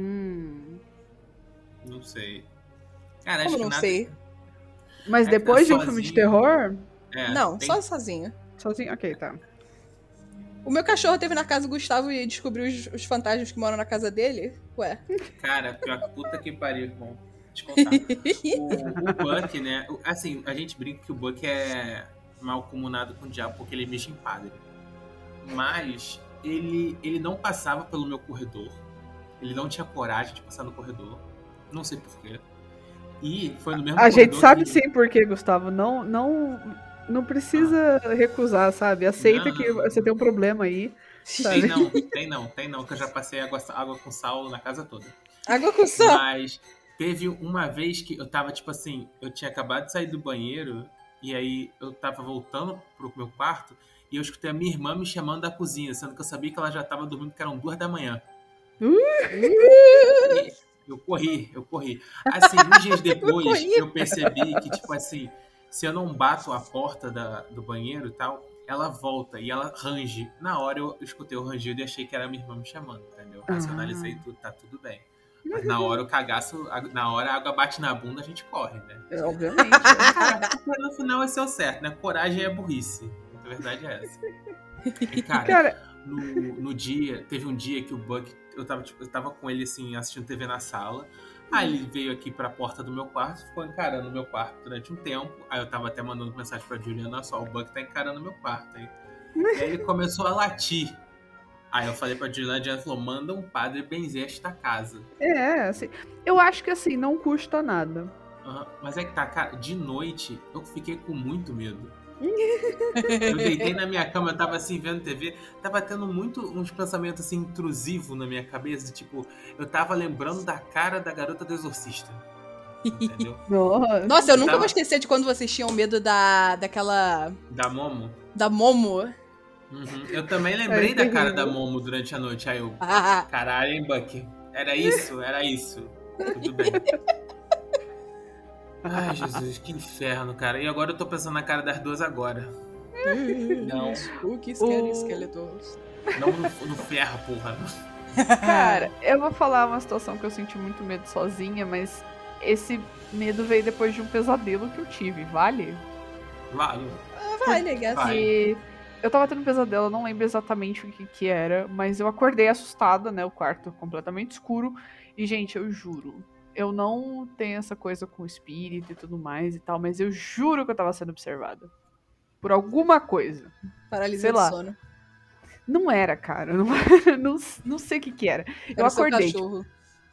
Não sei. Cara, Como acho que não nada... sei? Mas É, depois de um sozinho. filme de terror? É, Não, tem- só sozinho. Sozinho? Ok, tá. O meu cachorro teve na casa do Gustavo e descobriu os fantasmas que moram na casa dele. Ué. Cara, pior que puta que pariu, irmão. Vou te contar. O Buck, né? Assim, a gente brinca que o Buck é mal comunado com o diabo porque ele mexe em padre. Mas ele não passava pelo meu corredor. Ele não tinha coragem de passar no corredor. Não sei porquê. E foi no mesmo A corredor gente sabe que... sim por quê, Gustavo. Não precisa recusar, sabe? Aceita Não. que você tem um problema aí. Sabe? Tem não, que eu já passei água com sal na casa toda. Água com sal. Mas teve uma vez que eu tava, tipo assim, eu tinha acabado de sair do banheiro, e aí eu tava voltando pro meu quarto, e eu escutei a minha irmã me chamando da cozinha, sendo que eu sabia que ela já tava dormindo, que eram 2 da manhã. E eu corri. Assim, uns dias depois, eu percebi que, tipo assim, se eu não bato a porta do banheiro e tal, ela volta e ela range. Na hora eu escutei o rangido e achei que era minha irmã me chamando, entendeu? Racionalizei tudo, tá tudo bem. Mas na hora o cagaço, na hora a água bate na bunda, a gente corre, né? Obviamente. Mas no final é o certo, né? Coragem é burrice. A verdade é essa. E, Cara, no dia, teve um dia que o Buck, eu tava com ele assim, assistindo TV na sala. Aí ele veio aqui pra porta do meu quarto, ficou encarando o meu quarto durante um tempo. Aí eu tava até mandando mensagem pra Juliana, só, o Buck tá encarando o meu quarto aí. E aí ele começou a latir. Aí eu falei pra Juliana, a Juliana falou, manda um padre benzer esta casa. assim, eu acho que assim, não custa nada. Mas é que tá, cara, de noite eu fiquei com muito medo. Eu deitei na minha cama, eu tava assim, vendo TV, tava tendo uns pensamentos assim, intrusivos na minha cabeça, tipo, eu tava lembrando da cara da garota do exorcista. Entendeu? Nossa, eu nunca vou esquecer de quando vocês tinham medo daquela... Da Momo? Da Momo. Uhum. Eu também lembrei da cara da Momo durante a noite, aí eu, caralho, hein, Buck? Era isso. Tudo bem. Ai, Jesus, que inferno, cara. E agora eu tô pensando na cara das duas agora. Não. O que querem esqueletos? Não no ferro, porra. Cara, eu vou falar uma situação que eu senti muito medo sozinha, mas esse medo veio depois de um pesadelo que eu tive, vale? Vale. Vai, nega. Vai. E eu tava tendo um pesadelo, eu não lembro exatamente o que era, mas eu acordei assustada, né? O quarto completamente escuro. E, gente, eu juro, eu não tenho essa coisa com espírito e tudo mais e tal, mas eu juro que eu tava sendo observada. Por alguma coisa. Paralisia Sei do lá. sono. Não era, cara. Não sei o que era. Era Eu o seu acordei. cachorro.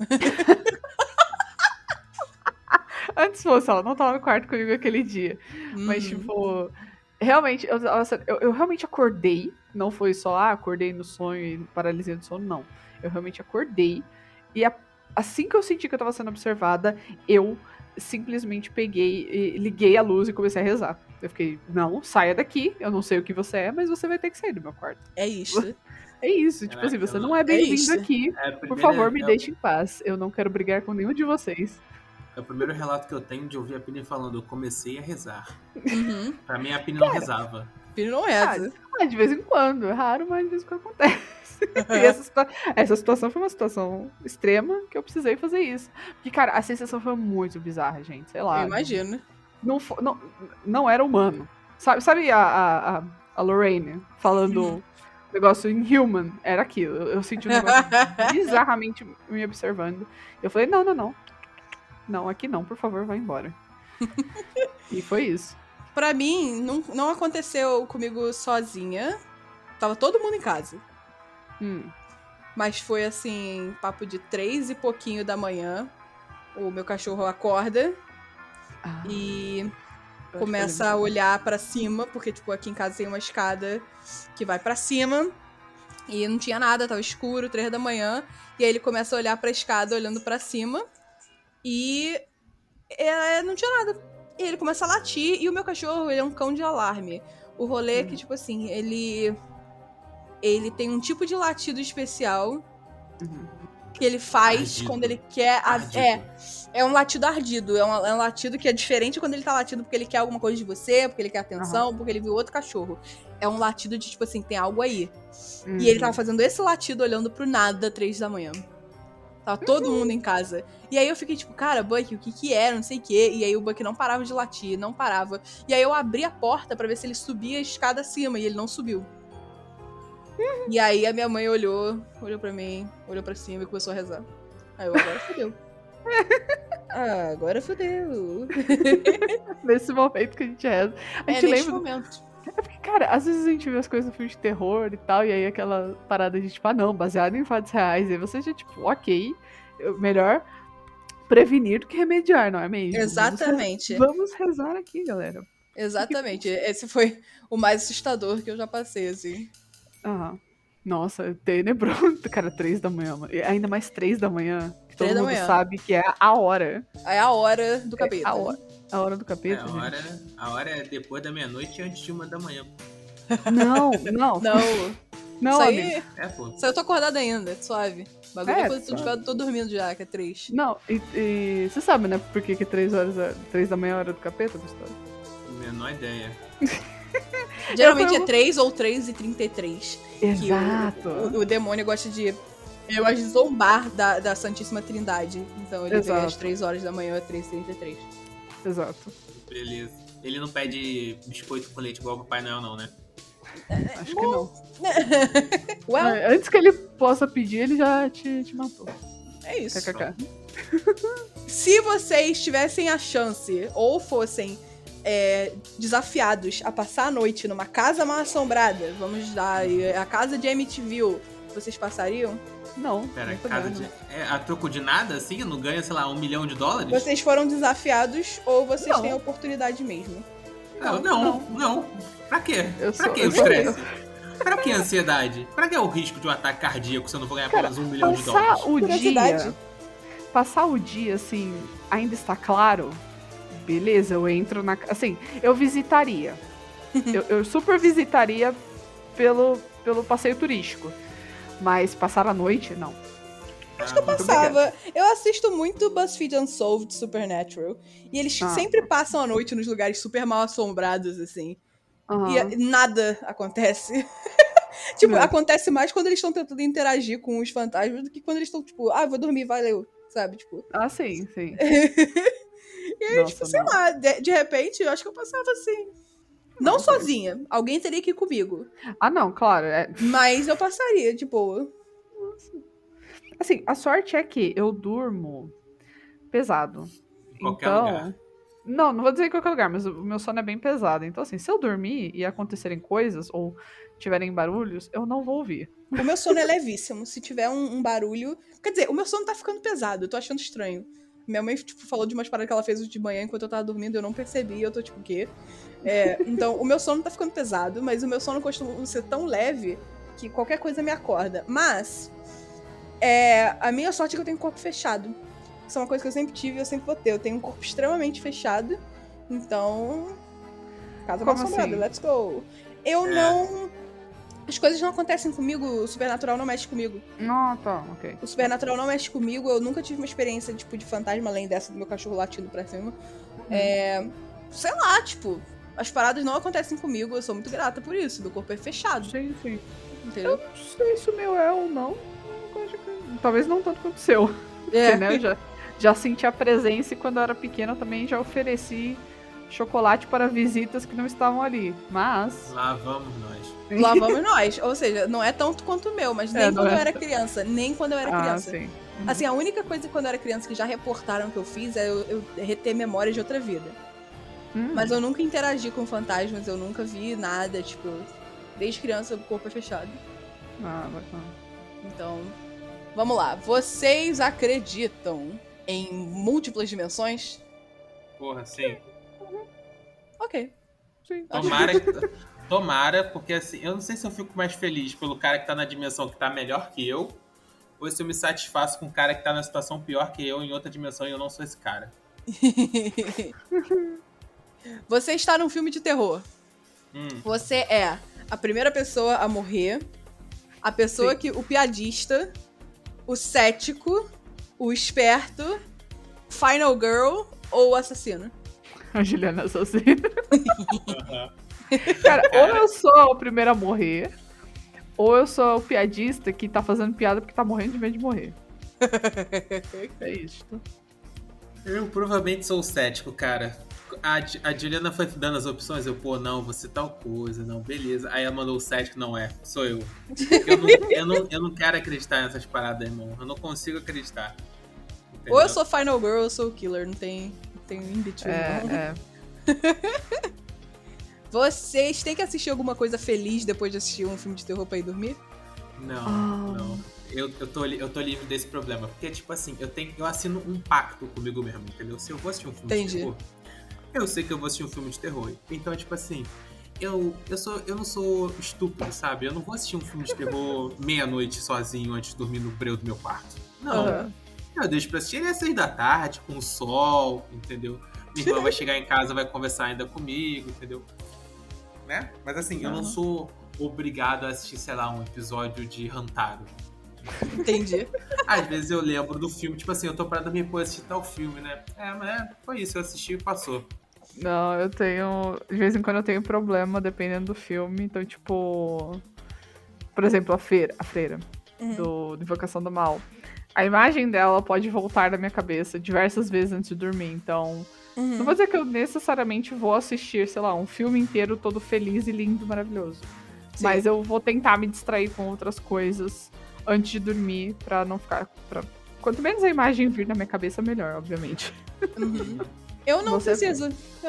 Antes fosse, ela não tava no quarto comigo aquele dia. Mas, tipo, realmente, eu realmente acordei. Não foi só, acordei no sonho e paralisia do sono, não. Eu realmente acordei. E assim que eu senti que eu tava sendo observada, eu simplesmente peguei e liguei a luz e comecei a rezar. Eu fiquei, não, saia daqui. Eu não sei o que você é, mas você vai ter que sair do meu quarto. É isso. É isso. Tipo assim, você não é isso. bem-vindo aqui. Por favor, me é deixe em paz. Eu não quero brigar com nenhum de vocês. É o primeiro relato que eu tenho de ouvir a Pini falando, eu comecei a rezar. Uhum. Pra mim, a Pini não rezava. Filho não reza. De vez em quando. É raro, mas de vez em quando acontece. E essa situação foi uma situação extrema que eu precisei fazer isso. Porque, cara, a sensação foi muito bizarra, gente. Sei lá. Eu imagino. Não era humano. Sabe a Lorraine falando negócio inhuman? Era aquilo. Eu senti um negócio bizarramente me observando. Eu falei, não. Não, aqui não, por favor, vai embora. E foi isso. Pra mim, não aconteceu comigo sozinha. Tava todo mundo em casa. Mas foi assim, papo de 3 e pouquinho da manhã. O meu cachorro acorda e começa a olhar pra cima, porque, tipo, aqui em casa tem uma escada que vai pra cima. E não tinha nada, tava escuro, 3 da manhã. E aí ele começa a olhar pra escada, olhando pra cima. E não tinha nada. E ele começa a latir. E o meu cachorro, ele é um cão de alarme. O rolê é que, tipo assim, ele tem um tipo de latido especial que ele faz Ardido. quando ele quer... É um latido ardido. É um latido que é diferente quando ele tá latindo porque ele quer alguma coisa de você, porque ele quer atenção, porque ele viu outro cachorro. É um latido de, tipo assim, tem algo aí. E ele tava fazendo esse latido olhando pro nada 3 da manhã. Tava todo mundo em casa. E aí eu fiquei tipo, cara, Bucky, o que era? Não sei o quê. E aí o Bucky não parava de latir, não parava. E aí eu abri a porta pra ver se ele subia a escada acima, e ele não subiu. E aí a minha mãe olhou pra mim, olhou pra cima e começou a rezar. Aí eu, agora fodeu. Agora fodeu. Nesse momento que a gente reza. A gente nesse lembra. momento. É porque, cara, às vezes a gente vê as coisas no filme de terror e tal, e aí aquela parada de tipo, não, baseado em fatos reais. E aí você já, tipo, ok, melhor prevenir do que remediar, não é mesmo? Exatamente. Vamos rezar aqui, galera. Exatamente. Esse foi o mais assustador que eu já passei, assim. Nossa, tenebroso. Cara, 3 da manhã, mano. E ainda mais 3 da manhã. Que todo mundo sabe que é a hora. É a hora do capeta. A hora do capeta, a hora é depois da meia-noite e antes de 1 da manhã. Não. Isso aí, pô. Isso aí eu tô acordada ainda, suave. Bagulho é quando eu tô dormindo já, que é 3. Não, e você sabe, né, por que 3 da manhã é a hora do capeta, Gustavo? Menor ideia. Geralmente é 3 ou 3h33. Exato. O demônio gosta de... Ele gosta de zombar da Santíssima Trindade. Então ele vem às 3 horas da manhã, 3h33. Exato. Beleza. Ele não pede biscoito com leite igual o Papai Noel, não, né? Acho que não. Well, Antes que ele possa pedir, ele já te matou. É isso. KKK. Se vocês tivessem a chance, ou fossem desafiados a passar a noite numa casa mal assombrada, vamos dar a casa de Amityville, vocês passariam? Não. Pera, casa de... a troco de nada, assim? Não ganha, sei lá, $1 milhão? Vocês foram desafiados ou vocês têm a oportunidade mesmo? Não. Pra quê? Pra que o estresse? Pra que a ansiedade? Pra que o risco de um ataque cardíaco se eu não vou ganhar apenas $1 milhão? Passar o dia, assim, ainda está claro? Beleza, eu entro na... Assim, eu visitaria. eu super visitaria pelo passeio turístico. Mas passar a noite, não. Acho que eu passava. Eu assisto muito BuzzFeed Unsolved Supernatural. E eles sempre passam a noite nos lugares super mal assombrados, assim. E nada acontece. Tipo, acontece mais quando eles estão tentando interagir com os fantasmas do que quando eles estão, tipo, vou dormir, valeu. Sabe, tipo... sim. E aí, tipo, sei lá, de repente, eu acho que eu passava assim. Não sozinha. Alguém teria que ir comigo. Não, claro. Mas eu passaria, de boa. Assim, a sorte é que eu durmo pesado. Em qualquer lugar. Não vou dizer em qualquer lugar, mas o meu sono é bem pesado. Então, assim, se eu dormir e acontecerem coisas ou tiverem barulhos, eu não vou ouvir. O meu sono é levíssimo. Se tiver um barulho... Quer dizer, o meu sono tá ficando pesado. Eu tô achando estranho. Minha mãe, tipo, falou de umas paradas que ela fez de manhã enquanto eu tava dormindo, eu não percebi, eu tô tipo, o quê? Então, o meu sono tá ficando pesado, mas o meu sono costuma ser tão leve que qualquer coisa me acorda. Mas, a minha sorte é que eu tenho corpo fechado. Isso é uma coisa que eu sempre tive e eu sempre vou ter. Eu tenho um corpo extremamente fechado, então... Casa mal assombrada, let's go. Eu não... As coisas não acontecem comigo, o Supernatural não mexe comigo. Tá, ok. O Supernatural não mexe comigo, eu nunca tive uma experiência, tipo, de fantasma além dessa do meu cachorro latindo pra cima. Sei lá, tipo, as paradas não acontecem comigo, eu sou muito grata por isso. Meu corpo é fechado. Sim, sim. Entendeu? Eu não sei se o meu é ou não. Talvez não tanto quanto o seu. É. Porque, né, eu já senti a presença e quando eu era pequena eu também já ofereci chocolate para visitas que não estavam ali. Mas... Lá vamos nós. Lá vamos nós. Ou seja, não é tanto quanto o meu, mas nem não quando é. eu era criança. Nem quando eu era criança. Sim. Assim, a única coisa quando eu era criança que já reportaram que eu fiz é eu reter memórias de outra vida. Mas eu nunca interagi com fantasmas, eu nunca vi nada, tipo... Desde criança o corpo é fechado. Ah, bacana. Então, vamos lá. Vocês acreditam em múltiplas dimensões? Porra, sim. Ok. Sim. Tomara, porque assim, eu não sei se eu fico mais feliz pelo cara que tá na dimensão que tá melhor que eu, ou se eu me satisfaço com o cara que tá na situação pior que eu em outra dimensão e eu não sou esse cara. Você está num filme de terror. Você é a primeira pessoa a morrer, a pessoa que... O piadista, o cético, o esperto, final girl ou o assassino? A Juliana assassina. Cara, ou eu sou a primeira a morrer, ou eu sou o piadista que tá fazendo piada porque tá morrendo de medo de morrer. É isso. Eu provavelmente sou o cético, cara. A Juliana foi dando as opções, pô, não, você tal coisa, não, beleza. Aí ela mandou o cético, não é, sou eu. Eu não quero acreditar nessas paradas, irmão. Eu não consigo acreditar. Entendeu? Ou eu sou final girl ou eu sou o killer, não tem in between. Vocês têm que assistir alguma coisa feliz depois de assistir um filme de terror pra ir dormir? Não. Eu tô livre desse problema. Porque, tipo assim, eu assino um pacto comigo mesmo, entendeu? Se eu vou assistir um filme de terror, eu sei que eu vou assistir um filme de terror. Então, tipo assim, eu não sou estúpido, sabe? Eu não vou assistir um filme de terror meia-noite sozinho antes de dormir no breu do meu quarto. Não. Eu deixo pra assistir às 6 da tarde, com o sol, entendeu? Minha irmã vai chegar em casa, vai conversar ainda comigo, entendeu? Né? Mas assim, eu não sou obrigado a assistir, sei lá, um episódio de Hantaro. Entendi. Às vezes eu lembro do filme, tipo assim, eu tô pra dormir, pô, assistir tal filme, né? Mas foi isso, eu assisti e passou. Não, eu tenho... De vez em quando eu tenho problema, dependendo do filme. Então, tipo... Por exemplo, a freira do Invocação do Mal. A imagem dela pode voltar na minha cabeça diversas vezes antes de dormir. Então, não vou dizer que eu necessariamente vou assistir, sei lá, um filme inteiro todo feliz e lindo, maravilhoso. Sim. Mas eu vou tentar me distrair com outras coisas antes de dormir, pra não ficar... Quanto menos a imagem vir na minha cabeça, melhor, obviamente. Eu não preciso.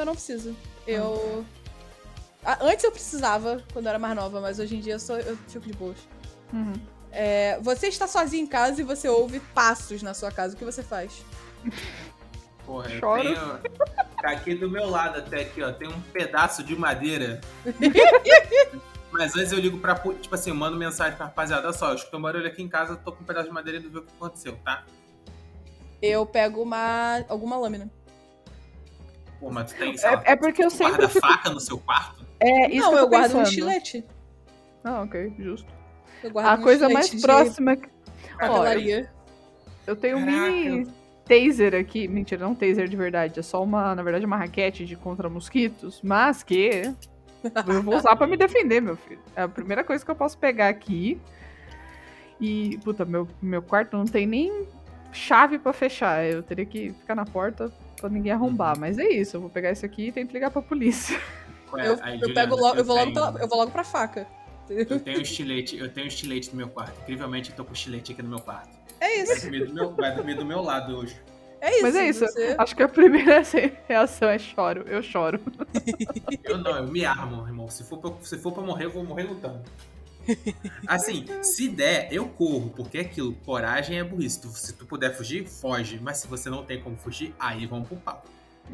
Antes eu precisava, quando eu era mais nova, mas hoje em dia eu fico de boas. Você está sozinho em casa e você ouve passos na sua casa. O que você faz? Porra, Choro. Tá aqui do meu lado até aqui, ó. Tem um pedaço de madeira. Mas antes eu ligo pra... Tipo assim, eu mando mensagem pra rapaziada. Olha só, eu escuto um barulho aqui em casa, tô com um pedaço de madeira e não vê o que aconteceu, tá? Eu pego alguma lâmina. Pô, mas tu tem, sei lá, É porque eu sempre... guarda faca no seu quarto? É, isso não, que eu guardo pensando. um estilete. Ah, ok, justo. A coisa mais próxima... Papelaria. Eu tenho um mini taser aqui. Mentira, não um taser de verdade. É só na verdade, uma raquete de contra mosquitos. Mas que... eu vou usar pra me defender, meu filho. É a primeira coisa que eu posso pegar aqui. E, puta, meu quarto não tem nem chave pra fechar. Eu teria que ficar na porta pra ninguém arrombar. Mas é isso, eu vou pegar isso aqui e tento ligar pra polícia. Eu vou logo pra faca. Eu tenho um estilete no meu quarto. Incrivelmente, eu tô com um estilete aqui no meu quarto. É isso. Vai dormir do meu lado hoje. É isso. Mas é isso. Acho que a primeira reação é choro. Eu choro. Eu me armo, irmão. Se for pra morrer, eu vou morrer lutando. Assim, se der, eu corro. Porque é aquilo, coragem é burrice. Se tu puder fugir, foge. Mas se você não tem como fugir, aí vamos pro pau.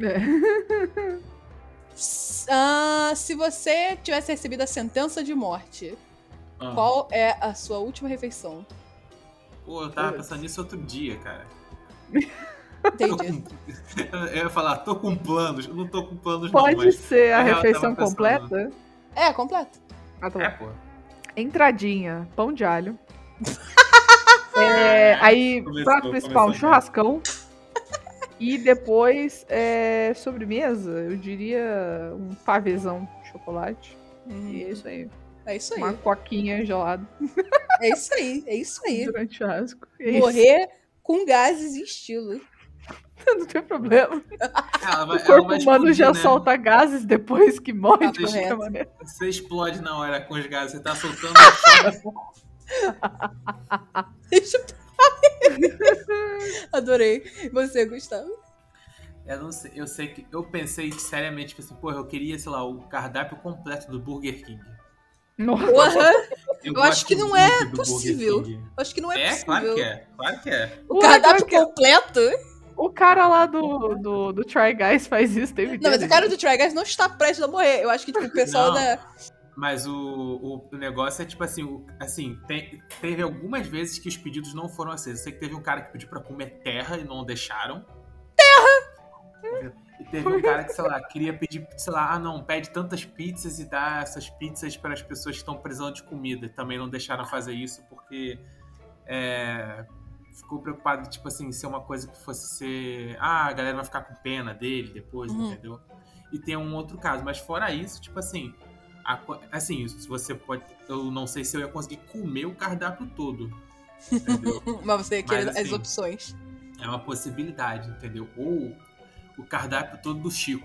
Se você tivesse recebido a sentença de morte, qual é a sua última refeição? Pô, eu tava pensando nisso outro dia, cara. Entendi. Eu ia falar, tô com planos. Eu não tô com planos, não. Pode ser a refeição completa? É, completa. Pô. Entradinha, pão de alho. Aí, prato principal, churrascão. E depois, sobremesa, eu diria um pavêzão de chocolate. E é isso aí. É isso aí. Uma coquinha gelada. É isso aí, é isso aí. Durante o churrasco. É Morrer com gases e estilo. Não tem problema. O corpo humano já solta gases depois que morre de correto. qualquer maneira. Você explode na hora com os gases. Você tá soltando Adorei. Você, Gustavo? Eu sei que eu pensei seriamente, tipo assim, porra, eu queria, sei lá, o cardápio completo do Burger King. Nossa. Porra, eu gosto acho que não muito é do possível. Burger King. Acho que não é possível. Claro que é. O cardápio completo? O cara lá do Try Guys faz isso, tem Não, mas o cara do Try Guys não está prestes a morrer. Eu acho que tipo, o pessoal da... Mas o negócio é tipo assim, teve algumas vezes que os pedidos não foram aceitos. Eu sei que teve um cara que pediu pra comer terra e não deixaram. Terra! E teve um cara que, sei lá, queria pedir, sei lá, pede tantas pizzas e dá essas pizzas para as pessoas que estão precisando de comida. Também não deixaram fazer isso porque ficou preocupado, tipo assim, ser uma coisa que fosse ser... a galera vai ficar com pena dele depois, entendeu? E tem um outro caso, mas fora isso, tipo assim... se você pode... Eu não sei se eu ia conseguir comer o cardápio todo, entendeu? Mas você quer Mas, as assim, opções. É uma possibilidade, entendeu? Ou o cardápio todo do Chico.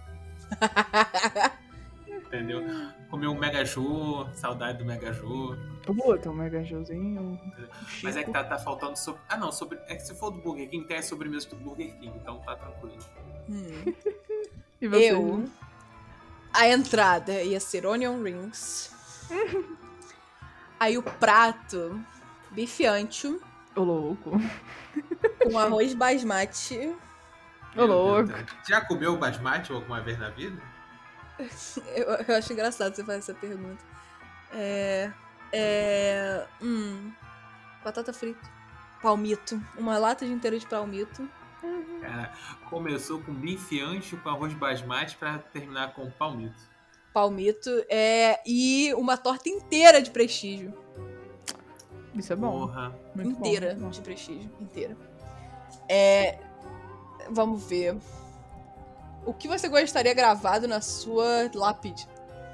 Entendeu? Comer um Mega Jô, saudade do Mega Jô. Puta, um Mega Jôzinho. Mas é que tá faltando sobre... é que se for do Burger King, tem a sobremesa do Burger King, então tá tranquilo. E você? A entrada ia ser onion rings. Aí o prato, bife ancho. Ô, louco. Com arroz basmati. Ô, louco. Já comeu basmati alguma vez na vida? Eu acho engraçado você fazer essa pergunta. Batata frita. Palmito. Uma lata inteira de palmito. Cara, começou com bife ancho com arroz basmati pra terminar com palmito. Palmito e uma torta inteira de prestígio. Isso é bom. Porra. Muito inteira bom. de prestígio. Inteira. Vamos ver. O que você gostaria gravado na sua lápide?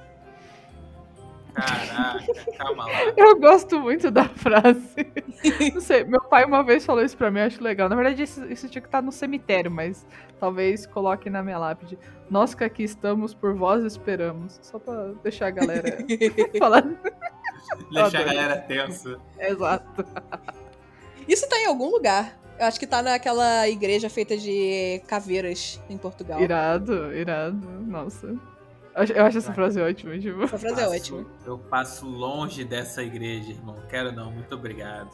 Caraca, calma lá. Eu gosto muito da frase. Não sei, meu pai uma vez falou isso pra mim, eu acho legal. Na verdade, isso tinha que estar no cemitério, mas talvez coloque na minha lápide. Nós que aqui estamos, por vós esperamos. Só pra deixar a galera falando. Deixar a galera tensa. Exato. Isso tá em algum lugar. Eu acho que tá naquela igreja feita de caveiras em Portugal. Irado. Nossa. Eu acho essa frase ótima, tipo. Essa frase é ótima. Eu passo longe dessa igreja, irmão. Quero não, muito obrigado.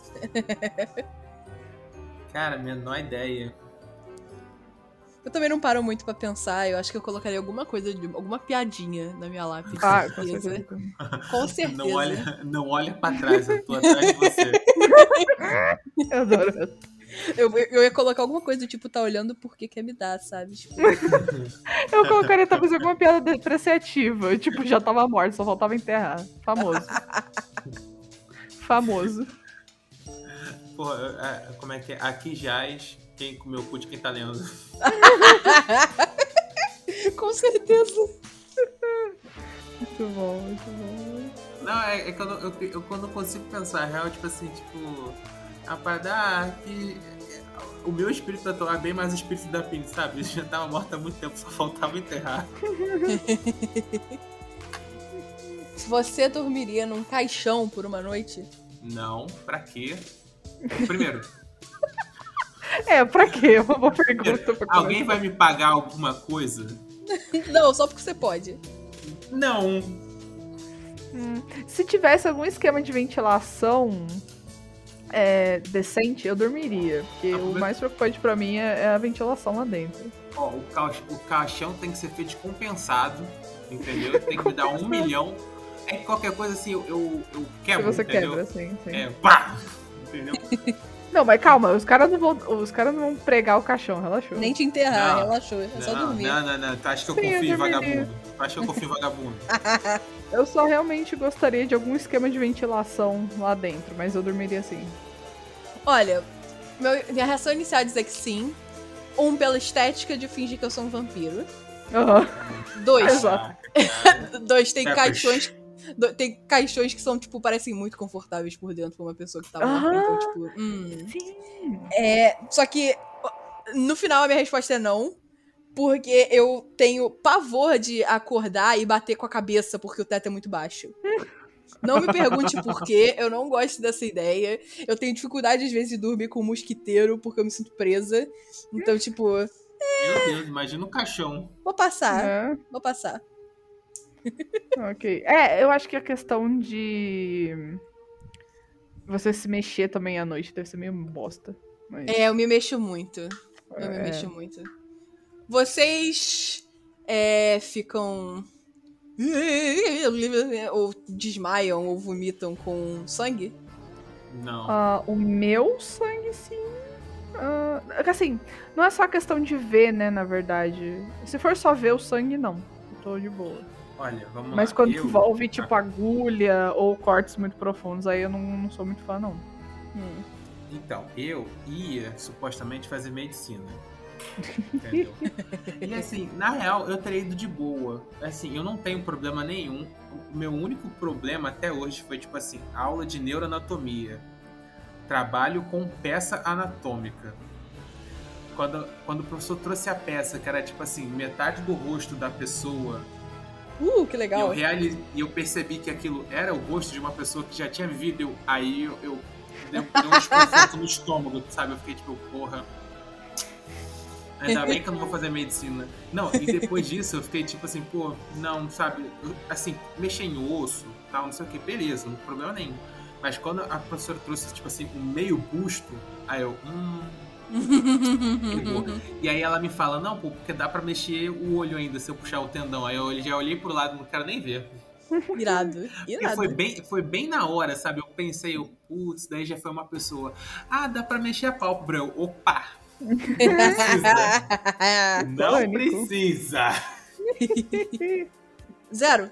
Cara, menor ideia. Eu também não paro muito pra pensar. Eu acho que eu colocaria alguma coisa, alguma piadinha na minha lápide. Com certeza. Com certeza. Não olha pra trás, eu tô atrás de você. Eu adoro. Eu ia colocar alguma coisa, tipo, tá olhando porque quer me dar, sabe? Tipo... Eu colocaria talvez alguma piada depreciativa. Tipo, já tava morto, só faltava enterrar. Famoso. Porra, como é que é? Aqui jaz quem comeu o cu de quem tá lendo. Com certeza. Muito bom. Não, é que eu quando eu consigo pensar real, tipo assim, a parada que o meu espírito atual é bem mais o espírito da Pini, sabe? Ele já tava morto há muito tempo, só faltava enterrar. Você dormiria num caixão por uma noite? Não, pra quê? Primeiro. Pra quê? Uma boa pergunta. Alguém vai me pagar alguma coisa? Não, só porque você pode. Não. Se tivesse algum esquema de ventilação decente, eu dormiria. Porque o mais preocupante pra mim é a ventilação lá dentro. Ó, o caixão tem que ser feito de compensado, entendeu? Tem que me dar 1 milhão. É que qualquer coisa assim, eu quebro, Se você entendeu? quebra, sim. Pá! Entendeu? Não, mas calma, os caras não vão pregar o caixão, relaxou. Nem te enterrar, Não. relaxou. É só dormir. Não. Tu acha que eu confio em vagabundo? Eu só realmente gostaria de algum esquema de ventilação lá dentro, mas eu dormiria assim. Olha, minha reação inicial é dizer que sim, Um, pela estética de fingir que eu sou um vampiro. Aham. 2, Exato. tem caixões. Tem caixões que são, tipo, parecem muito confortáveis por dentro pra uma pessoa que tá morta. Então, tipo, Sim. Só que, no final, a minha resposta é não. Porque eu tenho pavor de acordar e bater com a cabeça porque o teto é muito baixo. Não me pergunte por quê, eu não gosto dessa ideia. Eu tenho dificuldade, às vezes, de dormir com um mosquiteiro porque eu me sinto presa. Então, tipo, Meu Deus, imagina um caixão. vou passar. É. Vou passar. Ok. Eu acho que a questão de você se mexer também à noite deve ser meio bosta. Mas... Eu me mexo muito. Eu me mexo muito. Vocês ficam... ou desmaiam ou vomitam com sangue? Não. O meu sangue, sim. Assim, não é só questão de ver, né, na verdade. Se for só ver o sangue, não. Eu tô de boa. Olha, vamos lá. Mas quando envolve, tipo, agulha ou cortes muito profundos, aí eu não sou muito fã, não. Então, eu ia supostamente fazer medicina. Entendeu? E assim, na real, eu teria ido de boa. Assim, eu não tenho problema nenhum. O meu único problema até hoje foi, tipo assim, aula de neuroanatomia. Trabalho com peça anatômica. Quando o professor trouxe a peça, que era, tipo assim, metade do rosto da pessoa... Que legal. E eu percebi que aquilo era o rosto de uma pessoa que já tinha vivido. Aí eu dei um desconforto no estômago, sabe? Eu fiquei tipo, porra. Ainda bem que eu não vou fazer medicina. Não, e depois disso eu fiquei tipo assim, pô, não, sabe? Assim, mexer em osso, tal, não sei o que, beleza, não tem problema nenhum. Mas quando a professora trouxe, tipo assim, um meio busto, aí eu, E aí ela me fala, não, pô, porque dá pra mexer o olho ainda se eu puxar o tendão. Aí eu já olhei pro lado, não quero nem ver. Irado. Foi bem na hora, sabe? Eu pensei, putz, daí já foi uma pessoa. Ah, dá pra mexer a pálpebra. Eu, opa! Não precisa! Zero.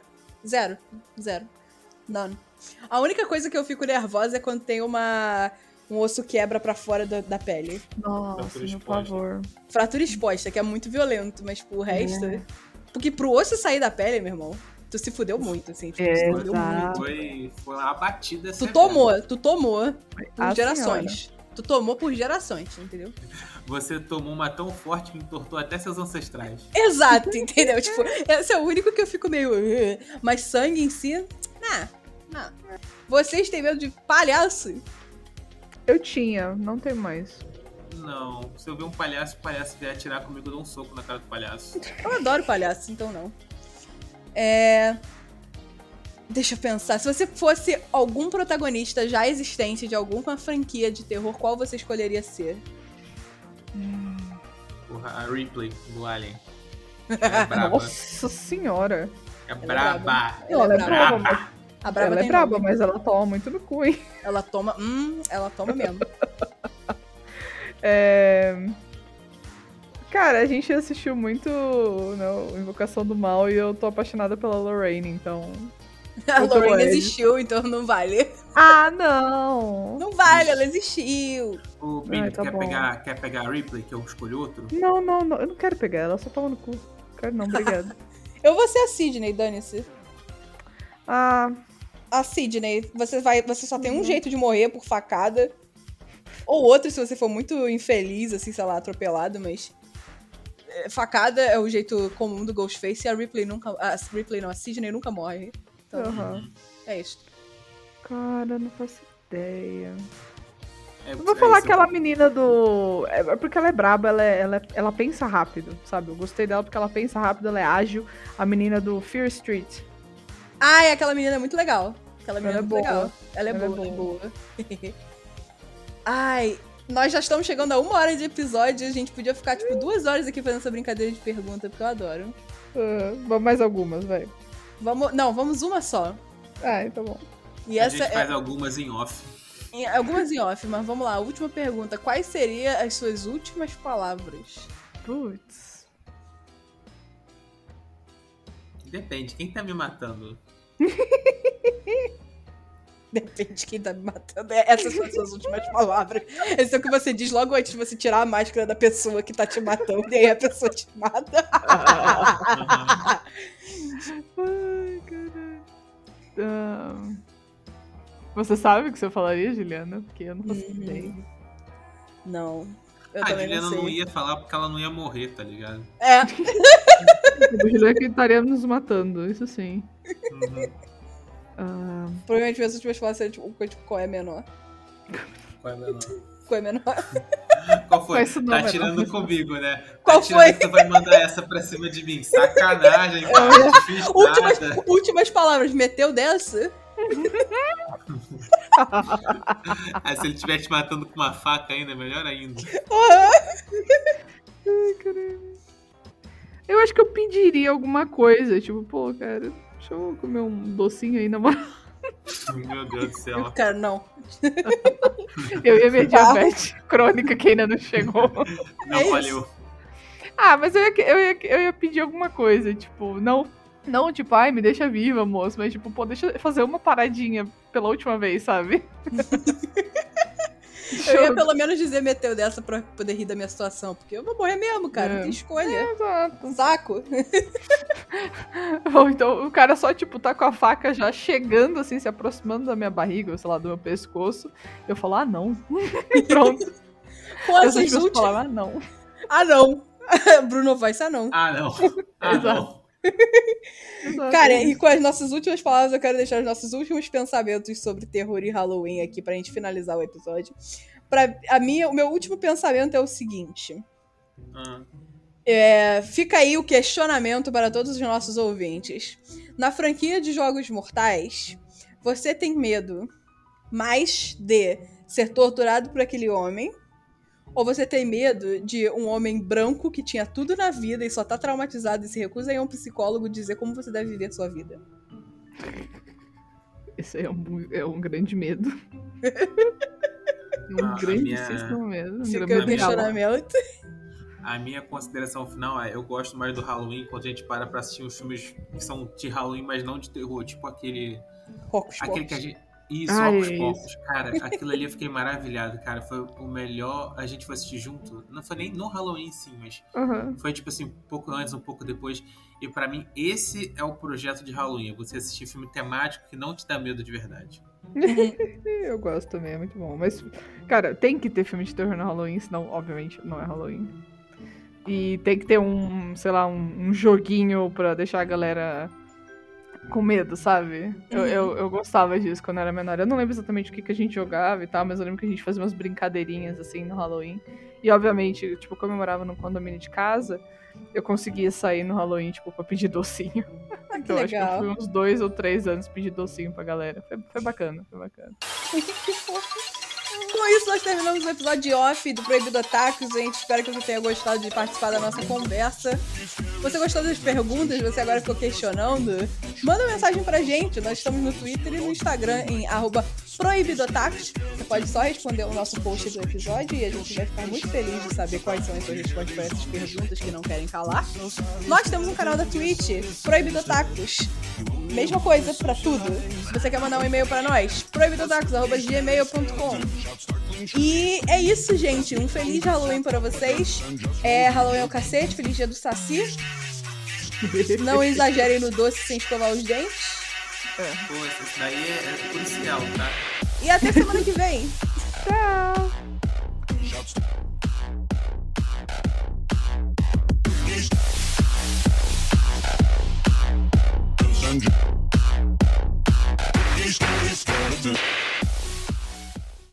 None. A única coisa que eu fico nervosa é quando tem um osso quebra pra fora da pele. Nossa, por favor. Fratura exposta, que é muito violento, mas tipo, o resto... Porque pro osso sair da pele, meu irmão, tu se fudeu muito, assim. Tipo, se fudeu muito. Foi uma batida. Tu tomou por Senhora. gerações. Tu tomou por gerações, entendeu? Você tomou uma tão forte que entortou até seus ancestrais. Exato, entendeu? Tipo, esse é o único que eu fico meio... Mas sangue em si... Não. Vocês têm medo de palhaço? Eu tinha, não tenho mais. Não, se eu ver um palhaço, o palhaço vier atirar comigo, eu dou um soco na cara do palhaço. Eu adoro palhaço, então não. Deixa eu pensar. Se você fosse algum protagonista já existente de alguma franquia de terror, qual você escolheria ser? Porra, a Ripley do Alien. É braba. Nossa senhora. É braba. Ela é braba, mas... A braba ela é braba, mas ela toma muito no cu, hein? Ela toma mesmo. Cara, a gente assistiu muito Invocação do Mal e eu tô apaixonada pela Lorraine, então... A Lorraine existiu, então não vale. Ah, não! Não vale, ela existiu. O Billy, quer pegar a Ripley, que eu escolho outro? Não, eu não quero pegar ela, só toma no cu. Quero não, obrigada. Eu vou ser a Sidney, dane-se. A Sidney, você só tem um jeito de morrer por facada. Ou outro se você for muito infeliz, assim, sei lá, atropelado, mas... Facada é o jeito comum do Ghostface e a Sidney nunca morre. Então, é isso. Cara, não faço ideia. Eu vou falar aquela menina do... porque ela é braba, ela pensa rápido, sabe? Eu gostei dela porque ela pensa rápido, ela é ágil. A menina do Fear Street. Aquela menina é muito legal. Aquela menina é muito legal. Ela é boa. Nós já estamos chegando a 1 hora de episódio. A gente podia ficar, 2 horas aqui fazendo essa brincadeira de pergunta, porque eu adoro. Mais algumas, vai. Vamos uma só. Então bom. E a gente faz algumas em off. Algumas em off, mas vamos lá. Última pergunta. Quais seriam as suas últimas palavras? Putz. Depende. Quem tá me matando? Depende de quem tá me matando. Essas são as suas últimas palavras. Esse é o que você diz logo antes de você tirar a máscara da pessoa que tá te matando. E aí a pessoa te mata. Ai, caralho. Você sabe o que você falaria, Juliana? Porque eu não faço ideia. Não. Eu A também Juliana não sei. não ia falar porque ela não ia morrer, tá ligado? É. O Juliana que estaria nos matando, isso sim. Provavelmente minhas últimas palavras seriam tipo, qual é menor? Qual é menor? Qual é menor? Qual foi? Mas isso não Tá é tirando menor. comigo, né? Qual tá tirando foi? que tu vai mandar essa pra cima de mim. Sacanagem, cara. Não fiz nada. Últimas palavras. Meteu dessa? Aí se ele estiver te matando com uma faca ainda, melhor ainda. Ai, caramba. Eu acho que eu pediria alguma coisa, tipo, pô, cara, deixa eu comer um docinho aí na moral. Meu Deus do céu. Cara, não. Eu ia ver diabetes crônica que ainda não chegou. Não É valeu. Ah, mas eu ia pedir alguma coisa, tipo, não, tipo, ai, me deixa viva, moço, mas tipo, pô, deixa eu fazer uma paradinha pela última vez, sabe? Eu ia pelo menos dizer meteu dessa pra poder rir da minha situação. Porque eu vou morrer mesmo, cara. Não tem escolha. Exato. Saco. Ou então o cara só, tipo, tá com a faca já chegando, assim, se aproximando da minha barriga, ou sei lá, do meu pescoço. Eu falo, ah, não. E pronto. Com essas Essas últimas... palavras, ah, não. Ah, não. Bruno vai ser não. Ah, não. Ah, não. Exato. Cara, e com as nossas últimas palavras, eu quero deixar os nossos últimos pensamentos sobre terror e Halloween aqui pra gente finalizar o episódio. O meu último pensamento é o seguinte. Fica aí o questionamento para todos os nossos ouvintes. Na franquia de Jogos Mortais, você tem medo mais de ser torturado por aquele homem? Ou você tem medo de um homem branco que tinha tudo na vida e só tá traumatizado e se recusa a ir a um psicólogo dizer como você deve viver sua vida? Esse aí é um grande medo. Um grandíssimo medo. Fica o questionamento. A minha consideração final é: eu gosto mais do Halloween quando a gente para pra assistir uns filmes que são de Halloween, mas não de terror. Tipo aquele que a gente... Isso, Ocos Pocos. Cara, aquilo ali eu fiquei maravilhado, cara. Foi o melhor. A gente foi assistir junto. Não foi nem no Halloween, sim, mas foi tipo assim, um pouco antes, um pouco depois. E pra mim, esse é o projeto de Halloween. Você assistir filme temático que não te dá medo de verdade. Eu gosto também, é muito bom. Mas, cara, tem que ter filme de terror no Halloween, senão, obviamente, não é Halloween. E tem que ter um joguinho pra deixar a galera com medo, sabe? Eu gostava disso quando eu era menor. Eu não lembro exatamente o que a gente jogava e tal, mas eu lembro que a gente fazia umas brincadeirinhas, assim, no Halloween. E, obviamente, tipo, como eu morava num condomínio de casa, eu conseguia sair no Halloween, tipo, pra pedir docinho. Então, acho que eu fui uns 2 ou 3 anos pedir docinho pra galera. Foi bacana, foi bacana. Que fofo. Com isso, nós terminamos o episódio off do Proibido Ataques. Gente, espero que você tenha gostado de participar da nossa conversa. Você gostou das perguntas? Você agora ficou questionando? Manda uma mensagem pra gente. Nós estamos no Twitter e no Instagram em @proibidotaques. Você pode só responder o nosso post do episódio e a gente vai ficar muito feliz de saber quais são as suas respostas para essas perguntas que não querem calar. Nós temos um canal da Twitch, Proibidotaques. Mesma coisa pra tudo. Se você quer mandar um e-mail pra nós, proibidotaques@gmail.com. E é isso, gente. Um feliz Halloween pra vocês. Halloween é o cacete, feliz dia do Saci. Não exagerem no doce sem escovar os dentes. Pô, isso daí é crucial, tá? E até semana que vem. Tchau!